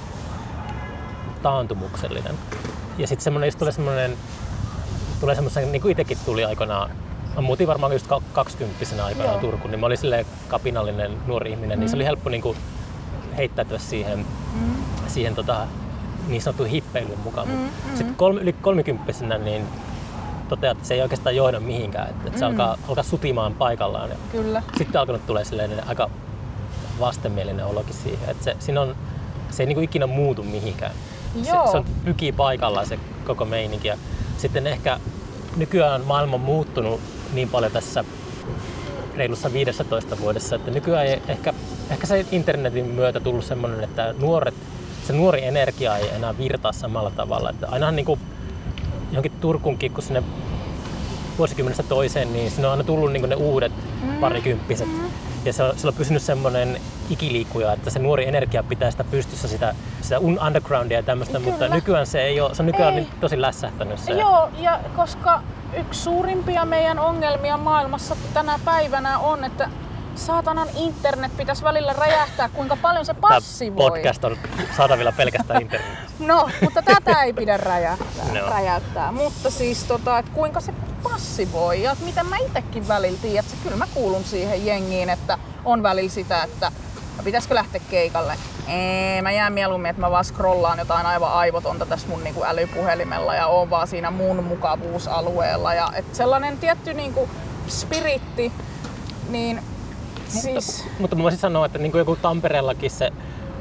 taantumuksellinen. Ja sitten semmoinen, jos tulee semmoinen, tulee semmoisen, niin kuin itsekin tuli aikanaan, mä muutin varmaan just kaksikymppisenä aikanaan Turkuun, niin mä olin silleen kapinallinen nuori ihminen, mm. niin se oli helppo niin kuin heittäytyä siihen, mm. siihen tota, niin sanottuun hippeilyyn mukaan. Mm. Mm. Sitten kolme, yli kolmikymppisenä niin toteat, että se ei oikeastaan johda mihinkään, että, että se mm. alkaa, alkaa sutimaan paikallaan. Ja
Kyllä.
Sitten on alkanut tulee silleen aika vastenmielinen olokin siihen, että se, siinä on, se ei niin kuin ikinä muutu mihinkään. Se, se on pykii paikallaan se koko meininki. Ja sitten ehkä nykyään maailma on muuttunut niin paljon tässä reilussa viidessätoista vuodessa, että nykyään ei ehkä, ehkä se internetin myötä tullut semmoinen, että nuoret, se nuori energia ei enää virtaa samalla tavalla. Että ainahan niin kuin johonkin Turkuunkin, kun sinne vuosikymmenestä toiseen, niin sinne on aina tullut niin kuin ne uudet mm. parikymppiset. Mm. Ja se on, sillä on pysynyt semmoinen ikiliikkuja, että se nuori energia pitää sitä pystyssä, sitä, sitä undergroundia ja tämmöistä, Kyllä. mutta nykyään se ei ole, se on nykyään ei. tosi lässähtänyt se.
Joo, ja koska yksi suurimpia meidän ongelmia maailmassa tänä päivänä on, että saatanan internet pitäisi välillä räjähtää, kuinka paljon se passivoi.
Tämä podcast on saatavilla pelkästään internetissä.
No, mutta tätä ei pidä räjähtää.
No.
räjäyttää. Mutta siis, tota, että kuinka se passivoi ja miten mä itekin välillä tiedän, että kyllä mä kuulun siihen jengiin, että on välillä sitä, että pitäisikö lähteä keikalle. Ee, mä jään mieluummin, että mä vaan scrollaan jotain aivan aivotonta tässä mun niinku älypuhelimella ja oon vaan siinä mun mukavuusalueella. Ja, et sellainen tietty niinku spiritti, niin siis...
Mutta, mutta mä voisin sanoa, että niin kuin joku Tampereellakin se,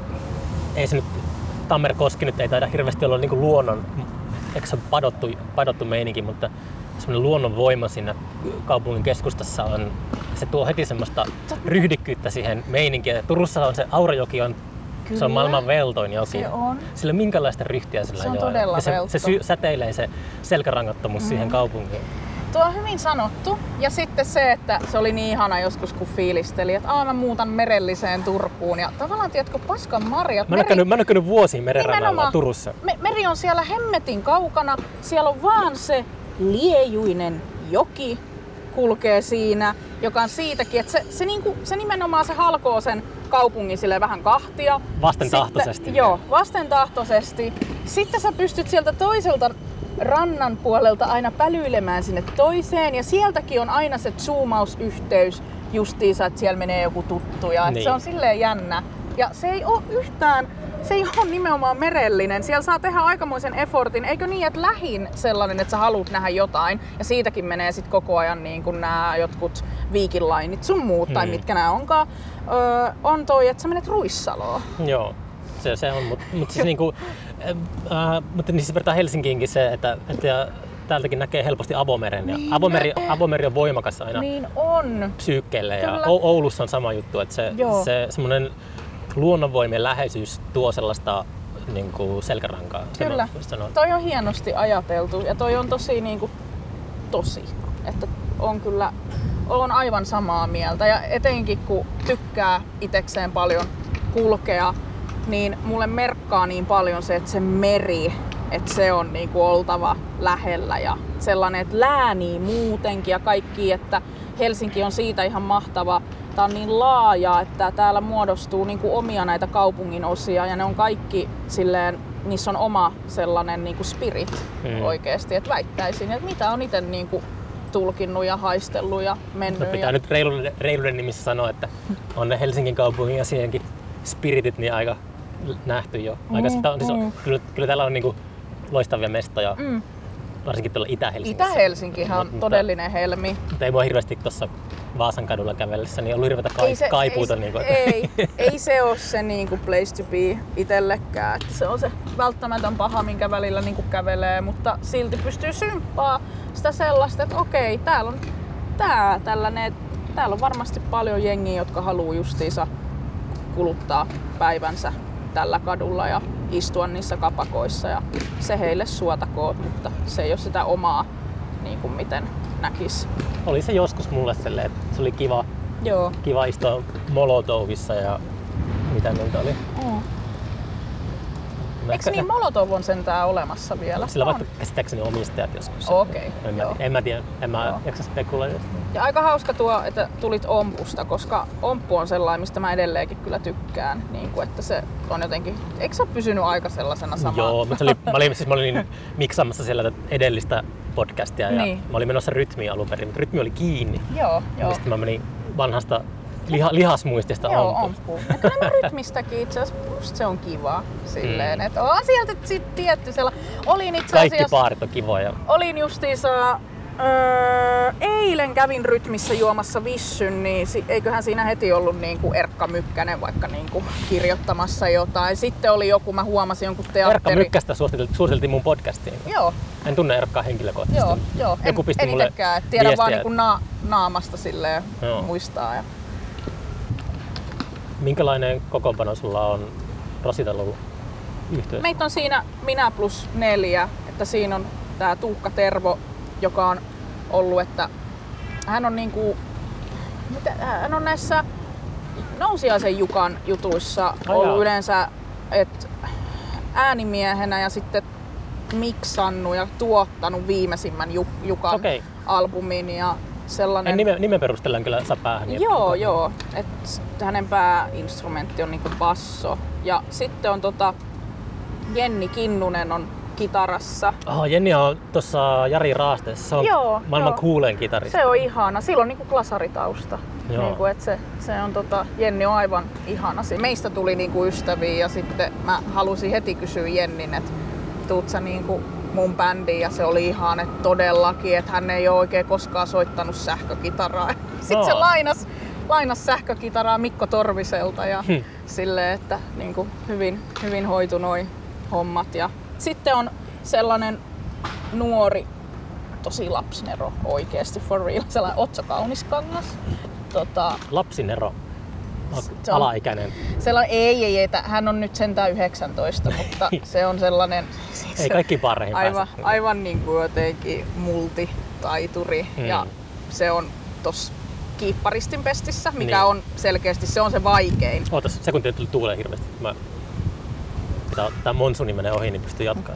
ei se nyt, Tammerkoski nyt ei taida hirveästi olla niin kuin luonnon, eikö se ole padottu, padottu meininki, mutta semmoinen luonnon voima siinä kaupungin keskustassa on, se tuo heti semmoista ryhdikkyyttä siihen meininkiin. Turussa on se Aurajoki, on, se on maailman veltoin joki.
Se on.
Sillä minkälaista ryhtiä sillä
se on
jo.
todella
ja se,
veltto.
se sy- säteilee se selkärangattomuus mm. siihen kaupunkiin.
Tuo on hyvin sanottu. Ja sitten se, että se oli niin ihana joskus, kun fiilisteli, että aah, mä muutan merelliseen Turkuun. Ja tavallaan, tiedätkö, paskan marjat.
Mä en meri... ole käynyt vuosiin merenrannalla Turussa.
Me, meri on siellä hemmetin kaukana. Siellä on vaan se liejuinen joki kulkee siinä, joka on siitäkin, että se, se, niinku, se nimenomaan se halkoo sen kaupungin silleen vähän kahtia.
Vastentahtoisesti.
Sitten, joo, vastentahtoisesti. Sitten sä pystyt sieltä toiselta rannan puolelta aina pälyilemään sinne toiseen ja sieltäkin on aina se zoomausyhteys justiinsa, että siellä menee joku tuttu ja niin. Se on silleen jännä. Ja se ei ole yhtään, se ei ole nimenomaan merellinen. Siellä saa tehdä aikamoisen effortin. Eikö niin, että lähin sellainen, että sä haluat nähdä jotain ja siitäkin menee sit koko ajan niin kuin nämä jotkut Viking Lineit sun muut hmm. tai mitkä nämä onkaan, öö, on toi, että sä menet Ruissaloon.
Joo. Se, se on, mutta mut siis niinku, äh, mutta niin siis vertaa Helsinkiinkin se, että, että täältäkin näkee helposti avomeren. Ja niin avomeri, avomeri on voimakas aina
niin on.
Psyykkeelle ja o- Oulussa on sama juttu, että se, se semmoinen luonnonvoimien läheisyys tuo sellaista niin kuin selkärankaa.
Kyllä, toi on hienosti ajateltu ja toi on tosi, niin kuin, tosi, että on kyllä, on aivan samaa mieltä ja etenkin kun tykkää itekseen paljon kulkea, niin mulle merkkaa niin paljon se, että se meri, että se on niinku oltava lähellä ja sellainen, että läänii muutenkin ja kaikki, että Helsinki on siitä ihan mahtava. Tää on niin laaja, että täällä muodostuu niinku omia näitä kaupungin osia ja ne on kaikki silleen, niissä on oma sellainen niinku spirit mm. oikeesti, että väittäisin, että mitä on ite niinku tulkinnut ja haistellut ja mennyt.
No pitää
ja...
nyt reiluuden, reiluuden nimissä sanoa, että on ne Helsingin kaupungin ja siihenkin spiritit niin aika nähty jo. Aika mm, sitä on, siis on, mm. kyllä, kyllä täällä on niinku loistavia mestoja, mm. varsinkin tuolla Itä-Helsingissä.
Itä-Helsinkihän on todellinen helmi.
Mutta ei mua hirveästi tuossa Vaasan kadulla kävellessä, niin on ollut hirveätä kai, se, kaipuuta.
Ei,
niin kuin,
ei, ei se ole se niinku place to be itsellekään. Että se on se välttämätön paha, minkä välillä niinku kävelee, mutta silti pystyy symppaa sitä sellaista, että okei, täällä on tää tällainen, täällä on varmasti paljon jengiä, jotka haluaa justiinsa kuluttaa päivänsä tällä kadulla ja istua niissä kapakoissa ja se heille suotakoon, mutta se ei ole sitä omaa niin kuin miten näkis.
Oli se joskus mulle silleen, että se oli kiva,
Joo.
kiva istua Molotovissa ja mitä niitä oli.
Mm.
No
Eikö niin Molotov on sentään olemassa vielä?
Sillä
on.
vaikka käsittääkseni omistajat joskus.
Okei,
En, mä-
joo.
en mä tiedä, en mä
Joo.
jaksa spekuloida.
Ja aika hauska tuo, että tulit Ompusta, koska Omppu on sellainen, mistä mä edelleenkin kyllä tykkään. Niin kuin, että se on jotenkin... Eikö se ole pysynyt aika sellaisena samana?
Joo, mutta se oli, mä, olin, siis mä olin miksaamassa siellä tätä edellistä podcastia ja
Niin.
mä olin menossa rytmiin alun perin, mutta rytmi oli kiinni.
Joo, joo.
Sitten mä menin vanhasta liha, lihasmuistista
Joo,
Ompuun.
Omppu. Ja kyllä mä rytmistäkin itse asiassa, musta se on kiva silleen,
Mm.
että on sieltä sit tietty sella. Olin itse
Kaikki
asiassa...
baarit on kivoja.
Olin justiinsa... Öö, eilen kävin rytmissä juomassa vissyn, niin si- eiköhän siinä heti ollut niinku Erkka Mykkänen vaikka niinku kirjoittamassa jotain. Sitten oli joku, mä huomasin jonkun teatteri...
Erkka Mykkästä suositeltiin, suositeltiin mun podcastiin.
Joo,
En tunne Erkkaa henkilökohtaisesti.
joo, joo. En,
Joku pisti
en
mulle
itekään, et tiedän
viestiä,
vaan niinku na- naamasta silleen
Joo.
muistaa. Ja...
Minkälainen kokoonpano sulla on Rositalla ollut yhtyeessä?
Meitä on siinä minä plus neljä, että siinä on tää Tuukka Tervo, joka on ollut, että hän on niinku, mitä, hän on näissä Nousiaisen Jukan jutuissa
Ai
ollut
jaa.
yleensä et äänimiehenä ja sitten miksannut ja tuottanut viimeisimmän Ju- Jukan
Okei.
albumin ja sellainen.
En nimen, nimen perusteella en kyllä saa päähän.
Joo, joo. Et hänen pääinstrumentti on niinku basso. Ja sitten on tota Jenni Kinnunen on kitarassa.
Oh, Jenni on tuossa Jari Raasteessa. Se on
Joo,
maailman
joo.
kuuleen kitaristi.
Se on ihana. Sillä on niinku glasaritausta.
Joo.
Niinku, et se, se on tota, Jenni on aivan ihana. Meistä tuli niinku ystäviä ja sitten mä halusin heti kysyä Jennin, että tuut sä niinku mun bändiin ja se oli ihan, että todellakin, että hän ei ole oikein koskaan soittanut sähkökitaraa. Sitten
Joo.
se lainas, lainas sähkökitaraa Mikko Torviselta ja
Hmm.
silleen, että niinku hyvin, hyvin hoitu noi hommat. Ja sitten on sellainen nuori, tosi lapsnero oikeesti for real, sellainen Otso Kauniskangas. Tota,
Lapsinero.
Se on-
Alaikäinen.
sellainen, ei, ei, ei, että hän on nyt sentään yhdeksäntoista, mutta se on sellainen...
Ei kaikki baareihin
aivan,
pääse.
aivan niin kuin jotenkin multitaituri
Mm.
ja se on tossa kiipparistin pestissä, mikä
Niin.
on selkeästi se on se vaikein.
Ootas, sekuntia tuli tuulee hirveästi. Mä... Pitää, tää monsuni menee ohi, niin pystyy jatkaa.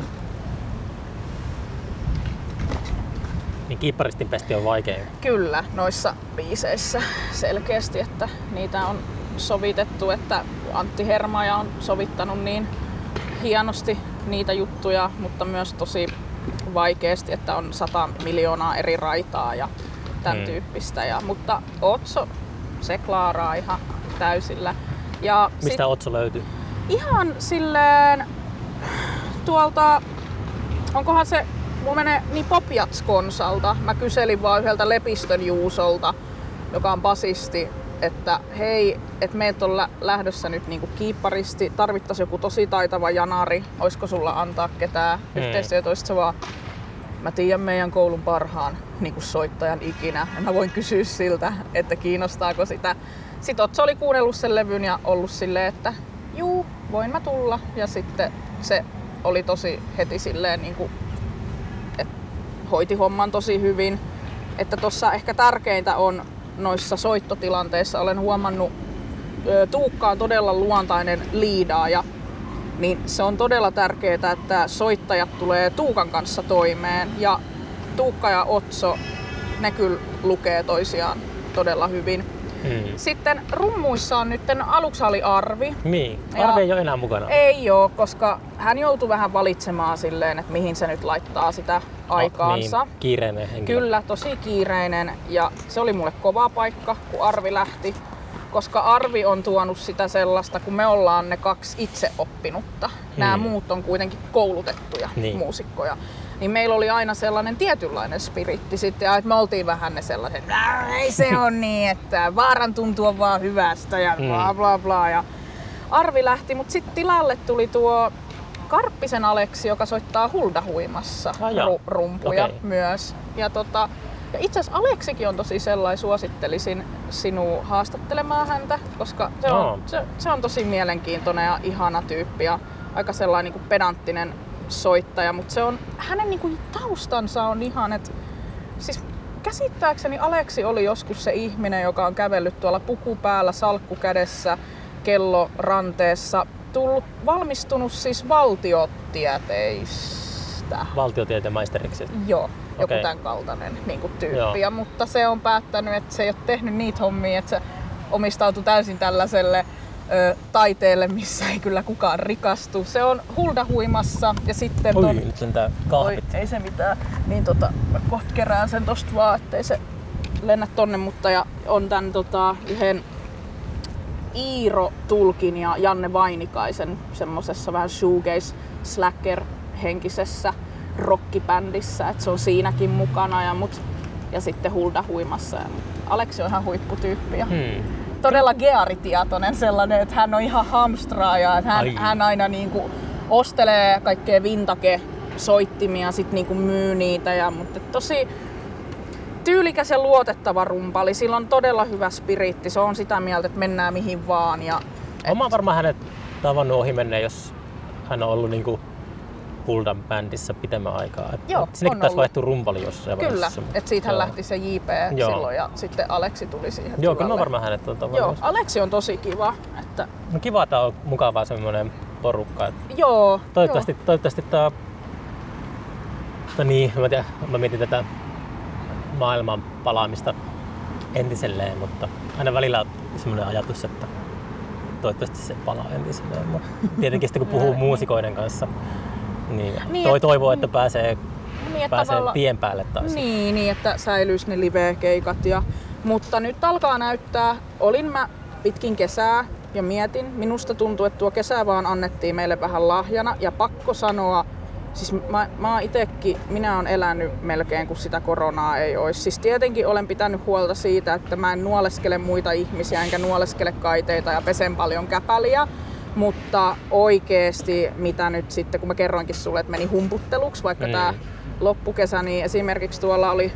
Niin kiipparistin pesti on vaikein.
Kyllä, noissa biiseissä selkeästi, että niitä on sovitettu, että Antti Hermaja on sovittanut niin hienosti niitä juttuja, mutta myös tosi vaikeasti, että on sata miljoonaa eri raitaa ja tämän
Mm.
tyyppistä. Ja, mutta Otso, se klaaraa ihan täysillä. Ja
Mistä
sit
Otso löytyy?
ihan silleen tuolta, onkohan se, mulla menee niin Popjats-konsalta. Mä kyselin vaan yhdeltä Lepistön Juusolta, joka on basisti, että hei, että meet on lä- lähdössä nyt niinku kiipparisti, tarvittais joku tosi taitava janari, oisko sulla antaa ketään
Hmm.
yhteistyötä, oisit sä vaan, mä tiedän meidän koulun parhaan niinku soittajan ikinä, ja mä voin kysyä siltä, että kiinnostaako sitä. Sitten Otso oli kuunnellut sen levyn ja ollut silleen, että juu, voin mä tulla, ja sitten se oli tosi heti silleen niinku, että hoiti homman tosi hyvin. Että tossa ehkä tärkeintä on noissa soittotilanteissa, olen huomannut, ö, Tuukka on todella luontainen liidaaja, niin se on todella tärkeää, että soittajat tulee Tuukan kanssa toimeen ja Tuukka ja Otso, ne kyllä lukee toisiaan todella hyvin.
Hmm.
Sitten rummuissa on nyt, aluksi oli Arvi.
Niin,
Ja-
Arvi ei ole enää mukana.
Ei oo, koska hän joutui vähän valitsemaan silleen, että mihin se nyt laittaa sitä aikaansa.
Niin, kiireinen henkilö.
Kyllä, tosi kiireinen ja se oli mulle kova paikka, kun Arvi lähti, koska Arvi on tuonut sitä sellaista, kun me ollaan ne kaksi itse oppinutta. Nämä
Hmm.
muut on kuitenkin koulutettuja
Niin.
muusikkoja. Niin meillä oli aina sellainen tietynlainen spiritti sitten, ja että me oltiin vähän ne sellaiset, "Nää, ei se on niin, että vaaran tuntuu on vaan hyvästä ja bla
Hmm.
bla bla. Ja Arvi lähti, mutta sitten tilalle tuli tuo Karppisen Aleksi, joka soittaa Huldahuimassa
Ah, jaa.
ru- rumpuja
Okei.
myös. Ja, tota, ja itse asiassa Aleksikin on tosi sellainen, suosittelisin sinua haastattelemaan häntä, koska se
Joo.
on, se, se on tosi mielenkiintoinen ja ihana tyyppi. Ja aika sellainen niin kuin pedanttinen soittaja, mutta se on, hänen niin kuin taustansa on ihan, että siis käsittääkseni Aleksi oli joskus se ihminen, joka on kävellyt tuolla puku päällä, salkku kädessä, kello ranteessa, tullut, valmistunut siis valtiotieteistä.
Valtiotieteen maisteriksi?
Joo, joku
okay.
tämän kaltainen niin kuin tyyppi. Ja, mutta se on päättänyt, että se ei ole tehnyt niitä hommia, että se omistautui täysin tällaiselle ö, taiteelle, missä ei kyllä kukaan rikastu. Se on huldahuimassa ja sitten...
Oi,
ton...
nyt lentää kahvit.
Oi, ei se mitään. Niin tota, mä kohta kerään sen tosta vaan, ettei se lennä tonne, mutta ja on tän tota, yhden Iiro Tulkin ja Janne Vainikaisen semmosessa vähän shoegaze slacker henkisessä rockibändissä, että se on siinäkin mukana ja, mut, ja sitten huldahuimassa. Ja, Aleksi on ihan huipputyyppi ja hmm. todella gearitietoinen sellainen, että hän on ihan hamstraaja, että hän, hän aina niinku ostelee kaikkea vintage-soittimia, sit niinku myy niitä, ja, mutta tosi tyylikäs ja luotettava rumpali. Sillä on todella hyvä spiriitti, se on sitä mieltä, että mennään mihin vaan. Ja,
et... Mä varmaan hänet tavannut ohi menneen, jos hän on ollut niinku Huldan bändissä pitemmän aikaa. Et
Joo,
sinnekin taas vaihtui rumpali jossain
Kyllä,
vaiheessa.
että siitä hän lähti se J P Joo. silloin ja sitten Aleksi tuli siihen
Joo,
tilalle.
kyllä mä varmaan hänet on tavannut.
Joo, Aleksi on tosi kiva. Että...
No kiva, että on mukavaa semmoinen porukka.
Joo.
Toivottavasti,
joo.
toivottavasti tää... No niin, mä, tiedän, mä mietin tätä maailman palaamista entiselleen, mutta aina välillä on semmoinen ajatus, että toivottavasti se palaa entiselleen. Mutta tietenkin sitten kun puhuu muusikoiden kanssa, niin, niin toi toivoo, että pääsee, niin, pääsee tavalla... tien päälle taas.
Niin, niin, että säilyisi ne live-keikat. Ja... Mutta nyt alkaa näyttää, olin mä pitkin kesää ja mietin, minusta tuntuu, että tuo kesä vaan annettiin meille vähän lahjana ja pakko sanoa, siis mä, mä oon itekin, minä oon elänyt melkein kun sitä koronaa ei olisi. Siis tietenkin olen pitänyt huolta siitä, että mä en nuoleskele muita ihmisiä enkä nuoleskele kaiteita ja pesen paljon käpäliä. Mutta oikeesti, mitä nyt sitten, kun mä kerroinkin sulle, että meni humputteluksi, vaikka mm. tää loppukesä, niin esimerkiksi tuolla oli,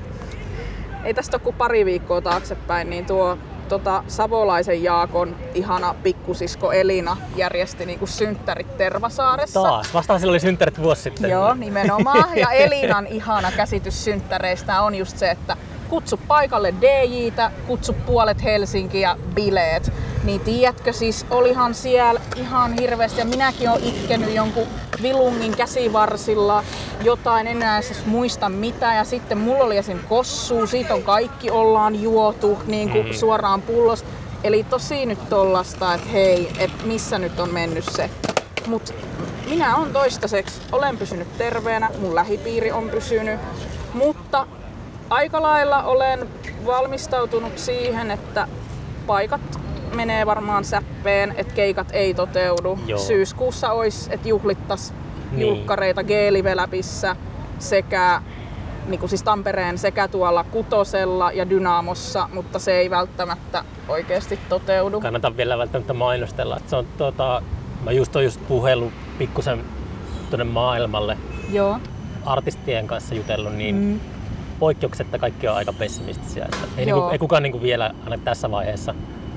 ei tästä ole kuin pari viikkoa taaksepäin, niin tuo tota, Savolaisen Jaakon ihana pikkusisko Elina järjesti niinku synttärit Tervasaaressa.
Taas, vastaan sillä oli synttärit vuosi sitten.
Joo, nimenomaan. Ja Elinan ihana käsitys synttäreistä on just se, että kutsu paikalle D J:tä, kutsu puolet Helsinkiä, bileet. Niin tiedätkö, siis olihan siellä ihan hirveästi ja minäkin olen itkenyt jonkun vilungin käsivarsilla, jotain enää siis muista mitä. Ja sitten mulla oli esim. Kossuu, siitä on kaikki ollaan juotu niin kuin mm. suoraan pullosta. Eli tosi nyt tollasta, että hei, et missä nyt on mennyt se. Mut minä on toistaiseksi, olen pysynyt terveenä, mun lähipiiri on pysynyt, mutta aika lailla olen valmistautunut siihen, että paikat menee varmaan säppeen, että keikat ei toteudu. Joo. Syyskuussa olisi, että juhlittais niin. julkkareita G-Live-läpissä sekä niin kuin siis Tampereen sekä tuolla Kutosella ja Dynamossa, mutta se ei välttämättä oikeasti toteudu.
Kannattaa vielä välttämättä mainostella, että se on tuota, mä just oon just puhellut pikkusen tuonne maailmalle.
Joo.
Artistien kanssa jutellut, niin mm. poikkeuksetta kaikki on aika pessimistisiä. Että ei, niinku, ei kukaan niinku vielä aina tässä vaiheessa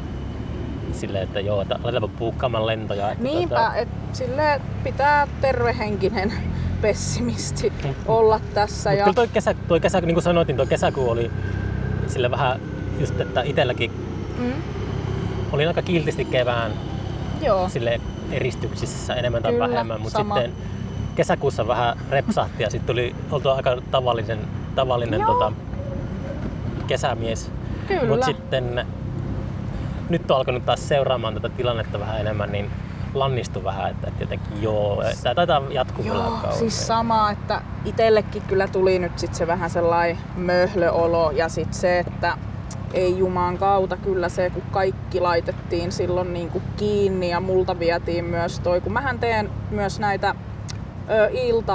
silleen, että joo, että aletaanpa puukkaamaan lentoja. Että
Niinpä,
tuota...
että silleen pitää tervehenkinen pessimisti mm. olla tässä.
Mut
ja...
kyllä toi kesä, toi kesä, niin kuin sanoitin, toi kesäkuu oli sille vähän just, että itselläkin mm. olin aika kiltisti kevään joo. sille eristyksissä enemmän tai
kyllä,
vähemmän, mutta
sama.
sitten kesäkuussa vähän repsahti ja sitten tuli oltua aika tavallinen, tavallinen tota, kesämies. Mutta sitten nyt on alkanut taas seuraamaan tätä tilannetta vähän enemmän, niin lannistui vähän, että, että jotenkin joo, tämä taitaa jatkuu vielä kauan.
Siis sama, että itsellekin kyllä tuli nyt sit se vähän sellainen möhlöolo ja sit se, että ei jumaan kautta kyllä se, kun kaikki laitettiin silloin niin kuin kiinni ja multa vietiin myös toi, kun mähän teen myös näitä ö,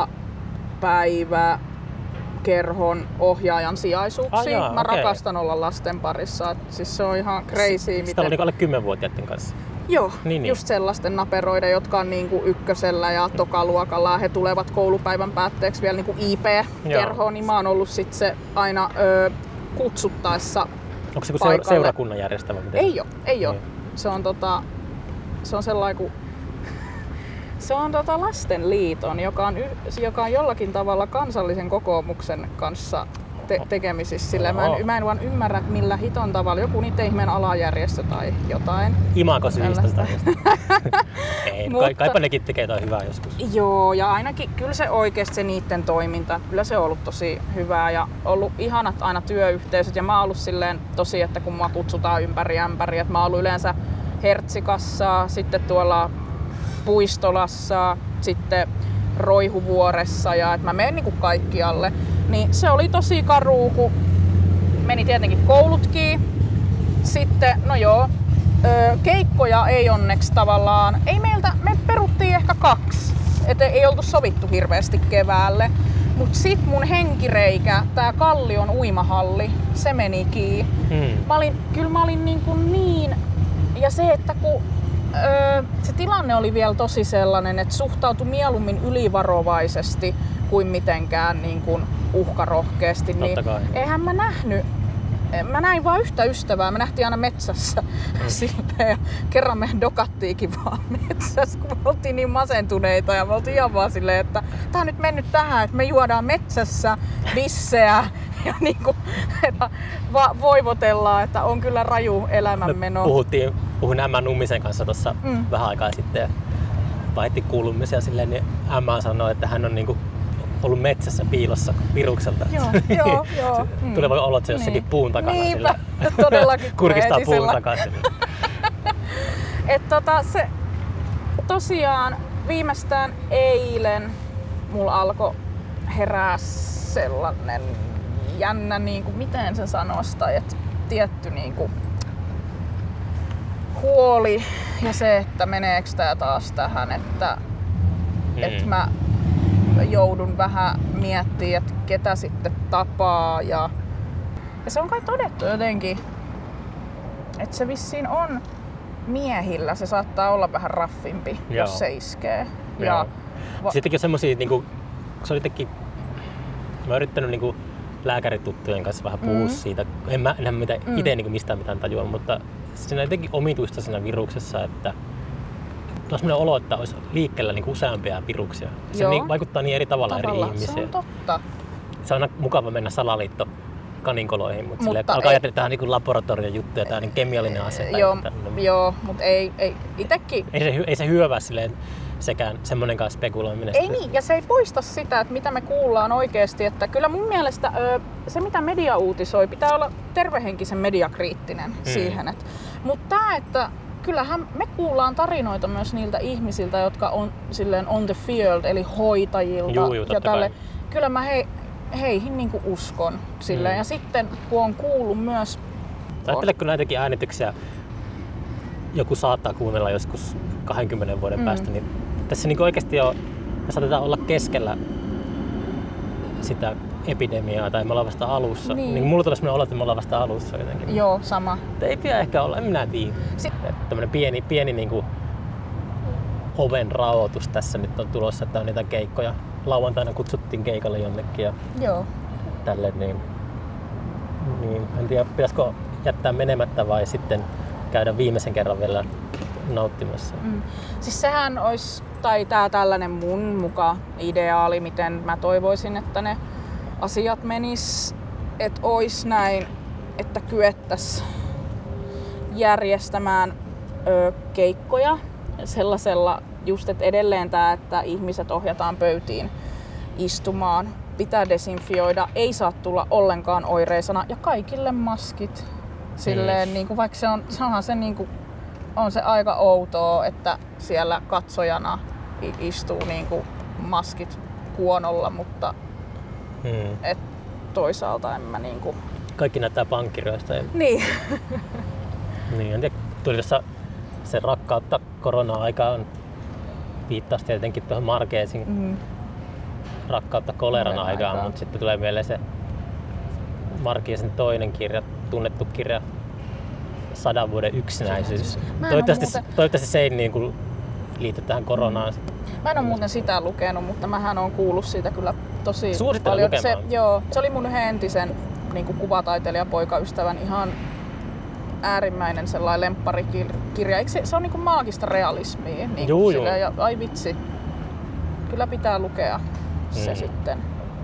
iltapäivä kerhon ohjaajan sijaisuuksia. Ah, jaa, mä okay. rakastan olla lasten parissa. Siis se on ihan crazy.
Sitä
miten...
oli alle kymmenvuotiaiden kanssa.
Joo,
niin,
just niin. sellaisten naperoiden, jotka on niinku ykkösellä ja tokaluokalla ja he tulevat koulupäivän päätteeksi vielä niinku I P-kerhoon, niin mä oon ollut sit se aina ö, kutsuttaessa
onko se seura- seurakunnan järjestävä?
Ei oo, ei oo. Se on, tota, se on sellainen kuin Se on tota Lastenliiton, joka on, y- joka on jollakin tavalla kansallisen kokoomuksen kanssa te- tekemisissä. Sillä mä en, mä en vaan ymmärrä, millä hiton tavalla. Joku niiden ihmeen alajärjestö tai jotain.
Imagosyistä sitä. Ei,
Mutta-
kai, kaipa nekin tekee jotain hyvää joskus.
Joo, ja ainakin kyllä se oikeasti se niiden toiminta, kyllä se on ollut tosi hyvää ja ollut ihanat aina työyhteisöt. Ja mä oon ollut silleen tosi, että kun mua kutsutaan ympäri ämpäri, että mä oon ollut yleensä Hertsikassa, sitten tuolla Puistolassa, sitten Roihuvuoressa ja että mä menen niinku kaikkialle. Niin se oli tosi karuu, kun meni tietenkin koulutkin. Sitten, no joo, öö, keikkoja ei onneksi tavallaan, ei meiltä, me peruttiin ehkä kaksi, et ei oltu sovittu hirveästi keväälle. Mut sit mun henkireikä, tää Kallion uimahalli, se meni kiinni.
Hmm.
Mä olin, kyllä mä olin niin, kuin niin ja se, että kun öö, se tilanne oli vielä tosi sellainen, että suhtautui mieluummin ylivarovaisesti kuin mitenkään niin kuin uhkarohkeasti, niin
kai.
eihän mä nähnyt. Mä näin vaan yhtä ystävää, me nähtiin aina metsässä mm. silleen, ja kerran me dokattiinkin vaan metsässä, kun me oltiin niin masentuneita ja me oltiin ihan vaan silleen, että tää on nyt mennyt tähän, että me juodaan metsässä bissejä ja niinku, että va- voivotellaan, että on kyllä raju elämänmeno.
Me puhuttiin, puhuin Emma Nummisen kanssa tuossa mm. vähän aikaa sitten ja vaihdettiin kuulumisia silleen, niin Emma sanoi, että hän on niinku ollut metsässä piilossa virukselta.
Joo, joo, joo.
Mm. Tulee vaan olo, että se jossakin
niin.
puun takana.
Niinpä, todellakin
kurkistaa puun
etisellä.
takaisin.
Et tota, se, tosiaan viimeistään eilen mulla alkoi herää sellainen jännä, niin kuin, miten se sanoisi, tai et tietty niin kuin, huoli ja se, että meneekö tää taas tähän, että
Mm.
et mä joudun vähän miettimään, että ketä sitten tapaa ja, ja se on kai todettu jotenkin, että se vissiin on miehillä, se saattaa olla vähän raffimpi,
Joo.
jos se iskee.
Joo.
Ja va-
Sittenkin on semmosia, niinku, se on jotenkin, mä oon yrittänyt niinku lääkärituttujen kanssa vähän puhua
Mm.
siitä. En mä enää mitä,
Mm.
ite niinku mistään mitään tajua, mutta siinä on jotenkin omituista siinä viruksessa, että on semmoinen olo, että olisi liikkeellä niinku useampia viruksia. Se
Joo.
niin, vaikuttaa niin eri tavalla,
tavalla,
eri
se
ihmisiä.
on totta.
Se on aina mukava mennä salaliitto kaninkoloihin, mutta,
Mutta
silleen, alkaa
ei-
ajatella, että tämä on niinku laboratoriojuttuja, tämä on niin kemiallinen ase. tai
Joo,
tämmönen.
joo mutta ei, ei itekin.
Ei se, hy- ei se hyövää silleen sekään semmonenkaan spekuloiminen.
Ei niin, ja se ei poista sitä, että mitä me kuullaan oikeasti. Että kyllä mun mielestä ö, se, mitä media uutisoi, pitää olla tervehenkisen mediakriittinen mm. siihen. Et, mutta tämä, että kyllähän me kuullaan tarinoita myös niiltä ihmisiltä, jotka on silleen on the field, eli hoitajilta.
Juu, juu,
ja
totta kai.
kyllä mä he, heihin niinku uskon. Silleen.
Mm.
Ja sitten kun on kuullut myös...
Ajatteletko näitäkin äänityksiä joku saattaa kuunnella joskus kahdenkymmenen vuoden
Mm.
päästä, niin tässä niin oikeasti on, me saatetaan olla keskellä sitä epidemiaa tai me ollaan vasta alussa.
Niin.
Niin mulla tulee sellainen olo, että me ollaan vasta alussa jotenkin.
Joo, sama.
Mutta ei pidä ehkä olla, en minä tiedä.
Sitten,
Tämmönen pieni, pieni niin kuin oven raotus tässä nyt on tulossa, että on niitä keikkoja. Lauantaina kutsuttiin keikalle jonnekin ja
joo.
tälle, niin, niin en tiedä, pitäisikö jättää menemättä vai sitten käydä viimeisen kerran vielä nauttimassa.
Mm. Siis sehän olisi, tai tää tällainen mun muka ideaali, miten mä toivoisin, että ne asiat menis, että ois näin, että kyettäis järjestämään ö, keikkoja sellaisella, just että edelleen tää, että ihmiset ohjataan pöytiin istumaan, pitää desinfioida, ei saa tulla ollenkaan oireisena ja kaikille maskit. Silleen,
Mm.
niin kuin, vaikka se on, se onhan se niin kuin, on se aika outoa, että siellä katsojana i- istuu niin kuin maskit kuonolla, mutta
Hmm.
et toisaalta en mä niin kuin...
Kaikki näyttää pankkirjoista. Ja,
Niin.
niin, en tiedä, tuli tuossa se rakkautta korona-aikaan viittasi tietenkin tuohon Marquezin
Mm.
rakkautta koleran
Koleran
aikaan,
aikaan.
mutta sitten tulee mieleen se Marquezin toinen kirja, tunnettu kirja Sadan vuoden yksinäisyys.
Mä en
Toivottavasti,
oo muuten-
toivottavasti se ei niin kuin liity tähän koronaan.
Mä en ole muuten sitä lukenut, mutta mähän on kuullut siitä kyllä tosi
Suosittelen
paljon. Se,
lukemaan.
joo, se oli mun yhden entisen niin kuin kuvataiteilijan poikaystävän ihan äärimmäinen sellainen lempparikirja. Eikö se, se on niinku maagista realismia? Niin
juu, juu.
Ja, ai vitsi. Kyllä pitää lukea se mm. sitten.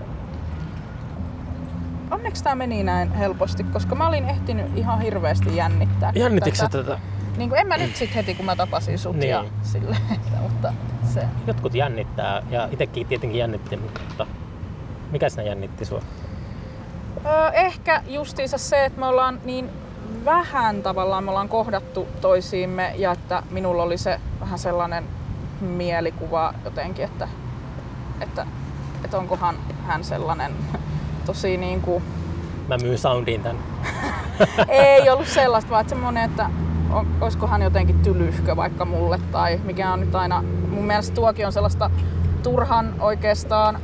Onneksi tää meni näin helposti, koska mä olin ehtinyt ihan hirveästi jännittää.
Jännittikö sä tätä?
Niin kuin en mä nyt sit heti kun mä tapasin sut niin. ja silleen, että, mutta se...
Jotkut jännittää ja itekin tietenkin jännitti, mutta mikä sinä jännitti sua?
Öö, ehkä justiinsa se, että me ollaan niin vähän tavallaan me ollaan kohdattu toisiimme ja että minulla oli se vähän sellainen mielikuva jotenkin, että, että, että onkohan hän sellainen tosi niinku...
Mä myyn soundiin tän.
Ei ollut sellaista, vaan semmoinen, että olisiko hän jotenkin tylyhkö vaikka mulle tai mikä on nyt aina, mun mielestä tuokin on sellaista turhan oikeastaan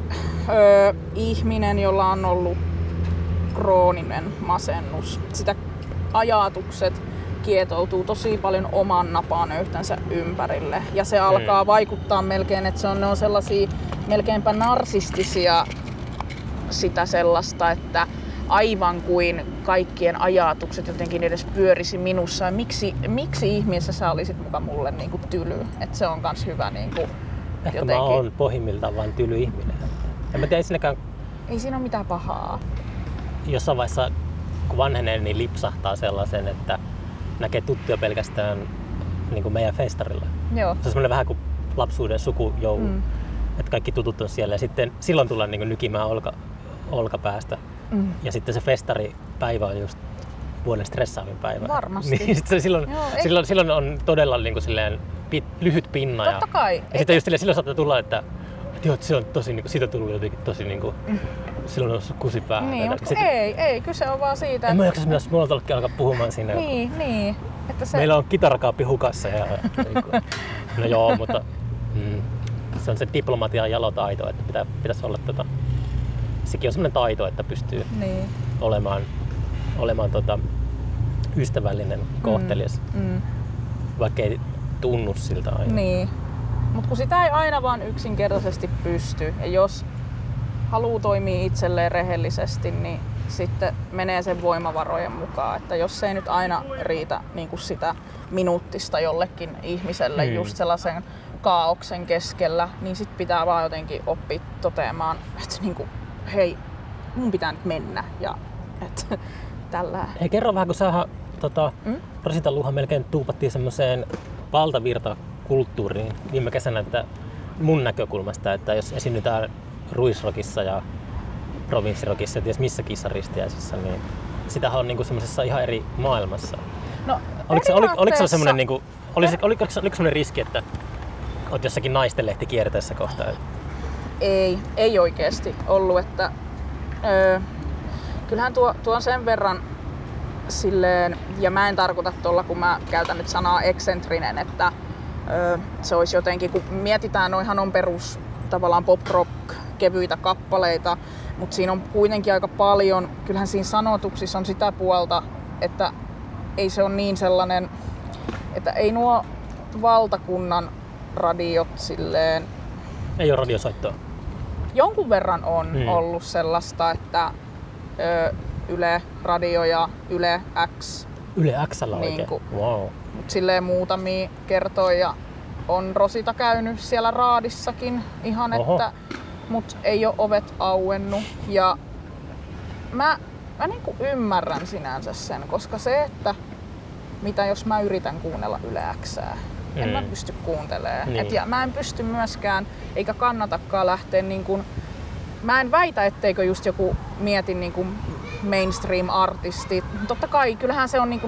öö, ihminen, jolla on ollut krooninen masennus. Sitä ajatukset kietoutuu tosi paljon oman napanöyhtänsä ympärille ja se alkaa vaikuttaa melkein, että se on, ne on sellaisia melkeinpä narsistisia sitä sellaista, että aivan kuin kaikkien ajatukset jotenkin edes pyörisi minussa. Ja miksi, miksi ihmeessä sä olisit muka mulle niinku tyly? Et se on kans hyvä niinku
Ehkä
jotenkin.
mä oon pohjimmiltaan vaan tyly ihminen. En mä tiedä, ei siinäkään...
Ei siinä ole mitään pahaa.
Jossain vaiheessa, kun vanhenee, niin lipsahtaa sellaisen, että näkee tuttuja pelkästään niin kuin meidän festarilla.
Joo.
Se on semmoinen vähän kuin lapsuuden sukujoulu. Mm. Että kaikki tutut on siellä ja sitten silloin tullaan niin kuin nykimään olka, olkapäästä. Mm. Ja sitten se festaripäivä on just vuoden stressaavin päivä.
Varmasti.
Niin sitten silloin,
Joo,
silloin, silloin on todella niin kuin silleen pit, lyhyt pinna.
Totta
ja,
kai.
ja sitten just silleen, silloin saattaa tulla, että, että, joo, että se on tosi, niin kuin, siitä on tullut jotenkin tosi, niin kuin, mm. silloin on kusi päähän.
Niin, mutta sitten, ei, ei, kyse on vaan siitä.
En mä jaksa myös, mulla on tullutkin alkaa puhumaan siinä.
Niin, niin. Että se...
Meillä on kitarakaappi hukassa. Ja, no joo, mutta mm, se on se diplomatian jalotaito, että pitää, pitäisi olla tota, sekin on semmoinen taito, että pystyy
niin.
olemaan, olemaan tota, ystävällinen, kohtelias, mm, mm. vaikka ei tunnu siltä aina.
Niin, mutta kun sitä ei aina vaan yksinkertaisesti pysty ja jos haluaa toimia itselleen rehellisesti, niin sitten menee sen voimavarojen mukaan, että jos se ei nyt aina riitä niin kuin sitä minuuttista jollekin ihmiselle mm. just sellaisen kaaoksen keskellä, niin sit pitää vaan jotenkin oppia toteamaan, että niinku, hei, mun pitää nyt mennä ja et, tällä.
Hei, kerro vähän, kun sähän tota, mm? Rositan luuhan melkein tuupattiin semmoiseen valtavirtakulttuuriin viime kesänä, että mun näkökulmasta, että jos esiinnytään Ruisrockissa ja Provinssirokissa ja ties missä kissaristiäisissä, niin sitähän on niinku semmoisessa ihan eri maailmassa.
No,
oliko, se, oliko, oliko se semmoinen niinku, oliko, oliko, oliko semmoinen riski, että oot jossakin naistenlehti kierteessä kohtaa?
Ei, ei oikeesti ollut, että öö, kyllähän tuo, tuo on sen verran silleen, ja mä en tarkoita tuolla, kun mä käytän nyt sanaa eksentrinen, että öö, se olisi jotenkin, kun mietitään, noihan on perus tavallaan pop-rock kevyitä kappaleita, mutta siinä on kuitenkin aika paljon, kyllähän siinä sanotuksissa on sitä puolta, että ei se ole niin sellainen, että ei nuo valtakunnan radiot silleen...
Ei ole radiosoittoa? Jonkun
verran on hmm. ollut sellaista, että ö, Yle Radio ja Yle X...
Yle X:llä oikein?
Niin kuin,
wow.
Mut silleen muutamia kertoja on Rosita käynyt siellä raadissakin ihan, Oho. että mut ei ole ovet auennut. Ja mä, mä niinku ymmärrän sinänsä sen, koska se, että mitä jos mä yritän kuunnella Yle Xää, mm. en mä pysty kuuntelemaan. Niin. Et ja mä en pysty myöskään, eikä kannatakaan lähteä niin kuin, mä en väitä, etteikö just joku mieti niin kuin mainstream-artisti. Totta kai, kyllähän se on niin kuin,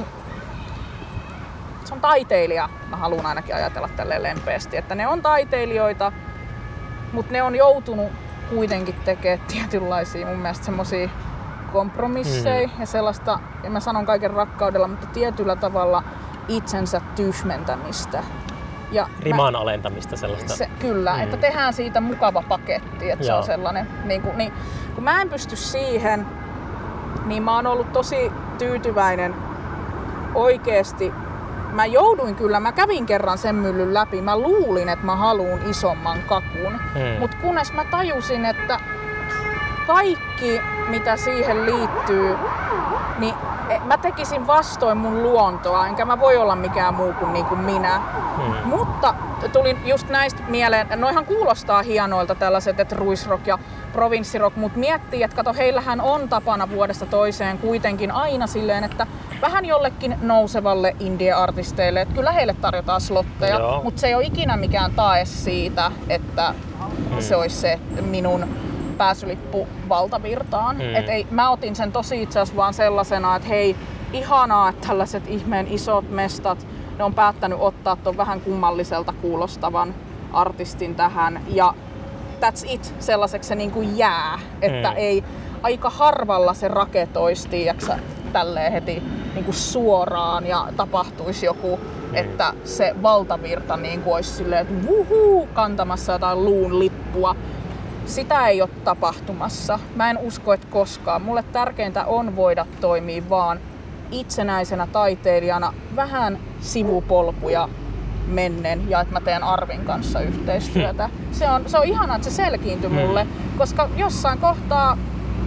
se on taiteilija, mä haluan ainakin ajatella tälleen lempeästi, että ne on taiteilijoita, mutta ne on joutunut kuitenkin tekemään tietynlaisia mun mielestä semmosia kompromisseja mm. ja sellaista, ja mä sanon kaiken rakkaudella, mutta tietyllä tavalla itsensä tyhmentämistä. Ja
riman mä, alentamista sellaista.
Se, kyllä, mm. että tehdään siitä mukava paketti, että Joo. se on sellainen. Niin kun, niin, kun mä en pysty siihen, niin mä oon ollut tosi tyytyväinen oikeesti. Mä jouduin kyllä, mä kävin kerran sen myllyn läpi, mä luulin, että mä haluun isomman kakun. Mm. Mut kunnes mä tajusin, että kaikki mitä siihen liittyy, niin mä tekisin vastoin mun luontoa, enkä mä voi olla mikään muu kuin, niin kuin minä. Hmm. Mutta tuli just näistä mieleen, noihan kuulostaa hienoilta tällaiset, että ruisrock ja provinssirock, mutta miettii, että kato, heillähän on tapana vuodesta toiseen kuitenkin aina silleen, että vähän jollekin nousevalle indie-artisteille, että kyllä heille tarjotaan slotteja, Joo. mutta se ei ole ikinä mikään tae siitä, että hmm. se olisi se minun pääsylippu valtavirtaan. Hmm. Et ei, mä otin sen tosi itse asiassa vaan sellaisena, että hei, ihanaa, että tällaiset ihmeen isot mestat, ne on päättänyt ottaa ton vähän kummalliselta kuulostavan artistin tähän ja that's it, sellaiseksi se niin kuin jää, että hmm. ei aika harvalla se raketoisi, tiiäksä, tälleen heti niin kuin suoraan ja tapahtuisi joku, hmm. että se valtavirta niin kuin olisi silleen, että wuhuu, kantamassa jotain luun lippua. Sitä ei ole tapahtumassa. Mä en usko, että koskaan. Mulle tärkeintä on voida toimia vaan itsenäisenä taiteilijana vähän sivupolkuja mennen ja että mä teen Arvin kanssa yhteistyötä. Se on, se on ihanaa, että se selkiintyi mulle, koska jossain kohtaa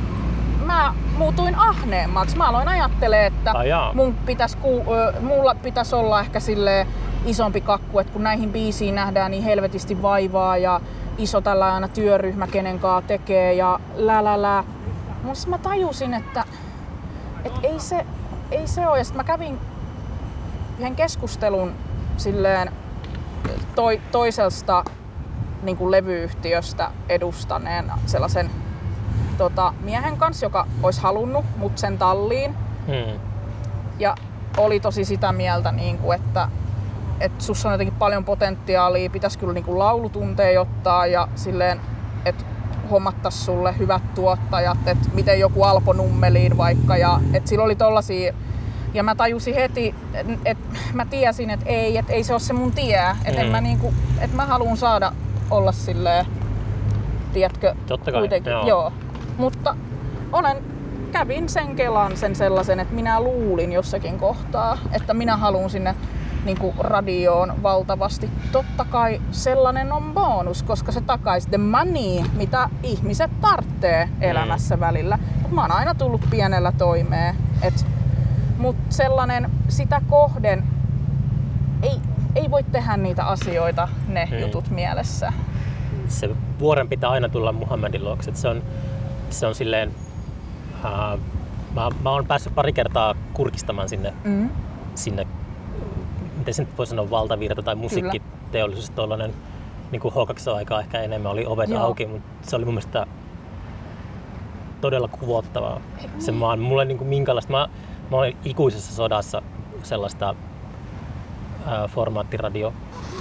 mä muutuin ahneemmaksi. Mä aloin ajattelemaan, että mun pitäisi, mulla pitäisi olla ehkä silleen isompi kakku, että kun näihin biisiin nähdään niin helvetisti vaivaa ja iso tällä aina työryhmä, kenen kanssa tekee ja lä lä lä. Mutta mä tajusin, että, että ei, se, ei se ole. Ja sit mä kävin yhden keskustelun silleen toi, toisesta niin kuin levyyhtiöstä edustaneen sellaisen tota, miehen kanssa, joka olisi halunnut mut sen talliin. Hmm. Ja oli tosi sitä mieltä, niin kuin, että että sussa on jotenkin paljon potentiaalia, pitäisi kyllä niinku laulutunteja ottaa ja silleen, että hommattais sulle hyvät tuottajat, että miten joku Alpo Nummeliin vaikka ja että sillä oli tollasia ja mä tajusin heti, että et, mä tiesin, että ei, että ei se ole se mun tie, että mm. mä niinku, että mä haluun saada olla silleen, tiedätkö,
totta kai,
kuitenkin,
joo.
joo. Mutta olen kävin sen kelan sen sellaisen, että minä luulin jossakin kohtaa, että minä haluun sinne niin kuin radioon valtavasti. Totta kai sellainen on bonus, koska se takaisi the money, mitä ihmiset tarvitsee elämässä mm. välillä. Mut mä oon aina tullut pienellä toimeen. Et, mut sellainen sitä kohden ei, ei voi tehdä niitä asioita, ne mm. jutut mielessä.
Se vuoren pitää aina tulla Muhammedin luokse. Se on, se on silleen... Uh, mä, mä oon päässyt pari kertaa kurkistamaan sinne, mm. sinne miten se nyt voi sanoa, valtavirta tai musiikkiteollisuus, tuollainen niin kuin H kaksi O-aikaa ehkä enemmän oli ovet Joo. auki, mutta se oli mun mielestä todella kuvottavaa. Se mä oon, mulle niin kuin minkälaista, mä, mä oon ikuisessa sodassa sellaista ää, formaattiradio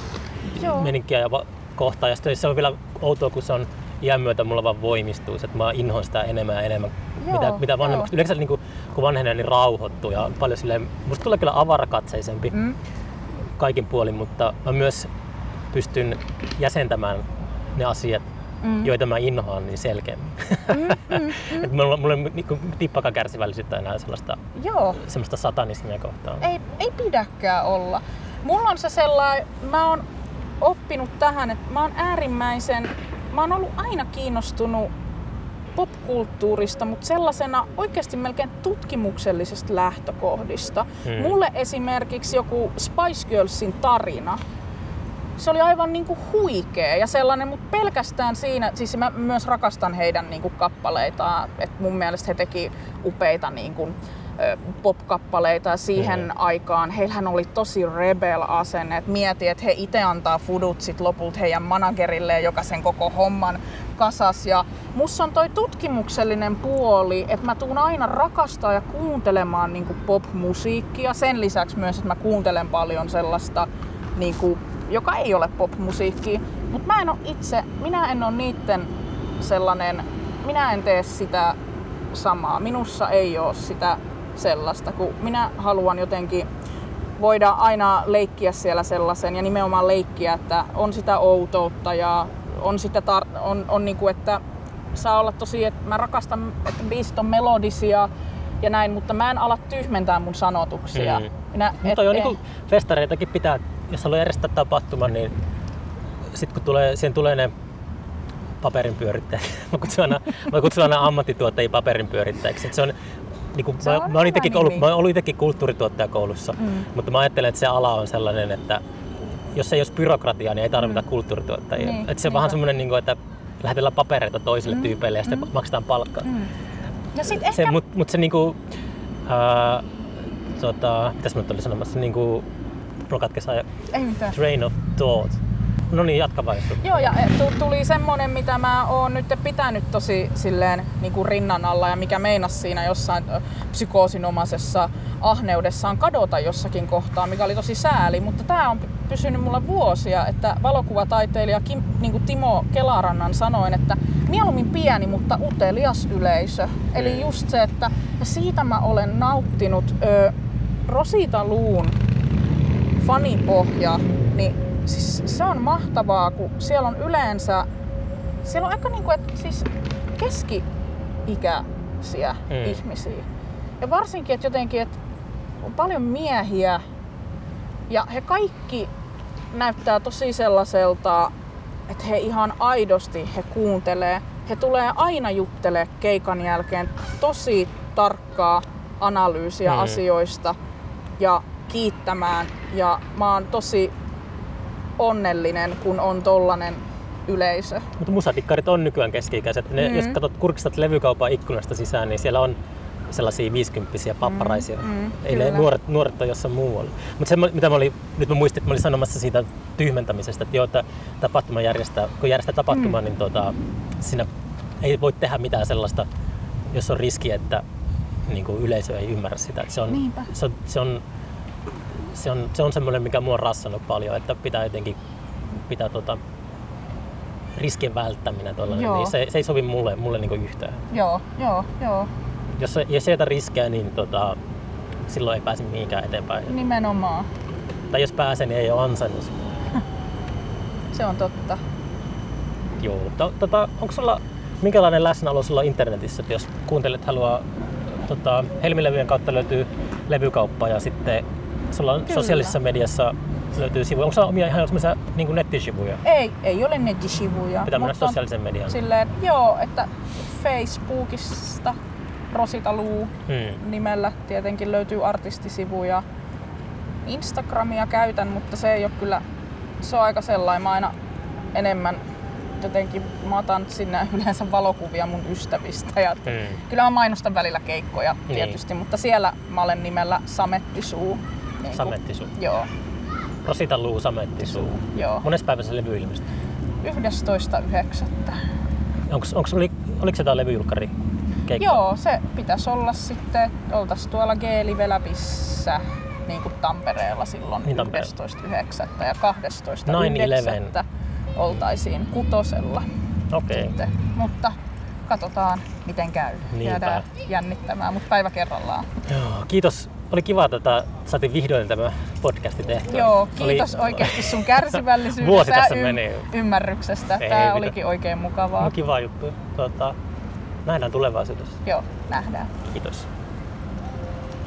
meninkiä ja va- kohtaa ja sitten se on vielä outoa, kun se on iän myötä mulla vaan voimistuu, että mä inhoan sitä enemmän ja enemmän. Joo, mitä, mitä vanhemmaksi. Yleensä niin kuin, kun vanhenee, niin rauhoittuu ja paljon silleen, musta tulee kyllä avarakatseisempi mm. kaikin puolin, mutta mä myös pystyn jäsentämään ne asiat, mm. joita mä inhoan, niin selkeämmin. Mm, mm, mm. Et mulla, mulla ei niin tippakaan kärsivällisyyttä enää sellaista, Joo. semmoista satanismia kohtaan.
Ei, ei pidäkään olla. Mulla on se sellainen, mä oon oppinut tähän, että mä oon äärimmäisen, mä oon ollut aina kiinnostunut popkulttuurista, mutta sellaisena oikeasti melkein tutkimuksellisesta lähtökohdista. Hmm. Mulle esimerkiksi joku Spice Girlsin tarina, se oli aivan niinku huikea ja sellainen, mutta pelkästään siinä, siis mä myös rakastan heidän niinku kappaleitaan, että mun mielestä he teki upeita niinku pop-kappaleita ja siihen hmm. aikaan heillähän oli tosi rebel-asenne, että mieti, että he itse antaa fudut sit lopulta heidän managerilleen, joka sen koko homman kasas. Ja musta on toi tutkimuksellinen puoli, että mä tuun aina rakastaa ja kuuntelemaan niinku pop-musiikkia. Sen lisäksi myös, että mä kuuntelen paljon sellaista, niinku, joka ei ole pop-musiikkia. Mutta mä en oo itse, minä en oo niitten sellainen, minä en tee sitä samaa. Minussa ei oo sitä sellaista, kun minä haluan jotenkin voida aina leikkiä siellä sellaisen ja nimenomaan leikkiä, että on sitä outoutta ja on sitä tar- on, on niinku, että saa olla tosi, että mä rakastan, että biisit on melodisia ja näin, mutta mä en ala tyhmentää mun sanotuksia. Mm. Minä,
mutta jo niinku festareitakin pitää, jos haluaa järjestää tapahtuman, niin sit kun tulee, siihen tulee ne paperinpyörittäjät, mä kutsun aina, mä kutsun aina ammattituottajia paperinpyörittäjiksi. Se on Niinku,
Se
mä,
on
mä, olin
hyvä
ollut,
nimi.
mä olin itsekin kulttuurituottajakoulussa, mm. mutta mä ajattelen, että se ala on sellainen, että jos ei olisi byrokratiaa, niin ei tarvita mm. kulttuurituottajia.
Niin,
että se on vähän semmoinen, niin että lähetellään papereita toisille mm. tyypeille ja sitten mm. maksetaan palkkaa.
Mm. Ja sit
se,
ehkä...
Mutta mut se niinku... Ää, tota, mitäs mä nyt olin sanomassa? Niinku... Mulla katkesi aja...
Ei mitään.
Train of thought. No niin, jatka vaan.
Joo, ja tuli semmonen, mitä mä oon nyt pitänyt tosi silleen niin kuin rinnan alla ja mikä meinas siinä jossain psykoosinomaisessa ahneudessaan kadota jossakin kohtaa, mikä oli tosi sääli, mutta tää on pysynyt mulla vuosia, että valokuvataiteilija Kim, niin kuin Timo Kelarannan sanoin, että mieluummin pieni, mutta utelias yleisö. Eli just se, että ja siitä mä olen nauttinut ö, Rosita Luun fanipohja, niin siis se on mahtavaa, kun siellä on yleensä, siellä on aika niinku, että siis keski-ikäisiä mm. ihmisiä. Ja varsinkin, että jotenkin, että on paljon miehiä ja he kaikki näyttää tosi sellaiselta, että he ihan aidosti he kuuntelee. He tulee aina juttelee keikan jälkeen tosi tarkkaa analyysiä mm. asioista ja kiittämään. Ja mä oon tosi onnellinen, kun on tollanen yleisö.
Mutta musadikkarit on nykyään keski-ikäiset. Ne, mm. Jos katsot, kurkistat levykaupan ikkunasta sisään, niin siellä on sellaisia viisikymppisiä papparaisia. Mm, mm, Ei ne nuoret, nuoret ole jossain muualla. Mutta se, mitä mä olin, nyt mä muistin, että mä olin sanomassa siitä tyhmentämisestä, että joo, että tapahtuma järjestää, kun järjestää tapahtumaa, mm. niin tota, siinä ei voi tehdä mitään sellaista, jos on riski, että niin kuin yleisö ei ymmärrä sitä. Että se on, se on, se on Se on, se on semmoinen, mikä mua on rassannut paljon, että pitää jotenkin pitää tota, riskien välttäminen tollainen, niin se, se ei sovi mulle, mulle niinku yhtään.
Joo, joo, joo.
Jos, jos ei jätä riskejä, niin tota, silloin ei pääse mihinkään eteenpäin.
Nimenomaan.
Tai jos pääsee, niin ei ole ansainnut sitä.
Se on totta.
Joo. To, tota, onko sulla, minkälainen läsnäolo sulla internetissä, että jos kuuntelet haluaa, tota, Helmilevyjen kautta löytyy levykauppa ja sitten sulla on Kyllä. sosiaalisessa mediassa löytyy sivuja. Onko sulla omia ihan semmoisia niin nettisivuja?
Ei, ei ole nettisivuja.
Pitää mennä sosiaalisen median.
Silleen, joo, että Facebookista Rosita Luu hmm. nimellä tietenkin löytyy artistisivuja. Instagramia käytän, mutta se ei ole kyllä, se on aika sellainen. Mä aina enemmän jotenkin, mä otan sinne yleensä valokuvia mun ystävistä. Ja hmm. Kyllä mä mainostan välillä keikkoja tietysti, niin. Mutta siellä mä olen nimellä Samettisuu. Niin
Samettisuu.
Joo.
Rosita Luu, Samettisuu.
Joo.
Mones päivä se levy ilmestyy?
yhdestoista yhdeksättä
Onks, onks, oli, oliko se tää levyjulkkari keikka?
Joo, se pitäisi olla sitten, oltais tuolla G-Live Labissa niin kuin Tampereella silloin niin yhdestoista yhdeksättä ja kahdestoista yhdeksättä oltaisiin Kutosella.
Okei. Okay.
Mutta katsotaan miten käy.
Niinpä.
Jäädään jännittämään, mutta päivä kerrallaan.
Joo, kiitos. Oli kiva, että saatiin vihdoin tämä podcasti tehtyä.
Joo, kiitos oli... oikeasti sun kärsivällisyydestä ja y- ymmärryksestä. Ei, Tämä ei, olikin mitä. Oikein mukavaa.
No, kiva juttu. Tuota, nähdään tulevaisuudessa.
Joo, nähdään.
Kiitos.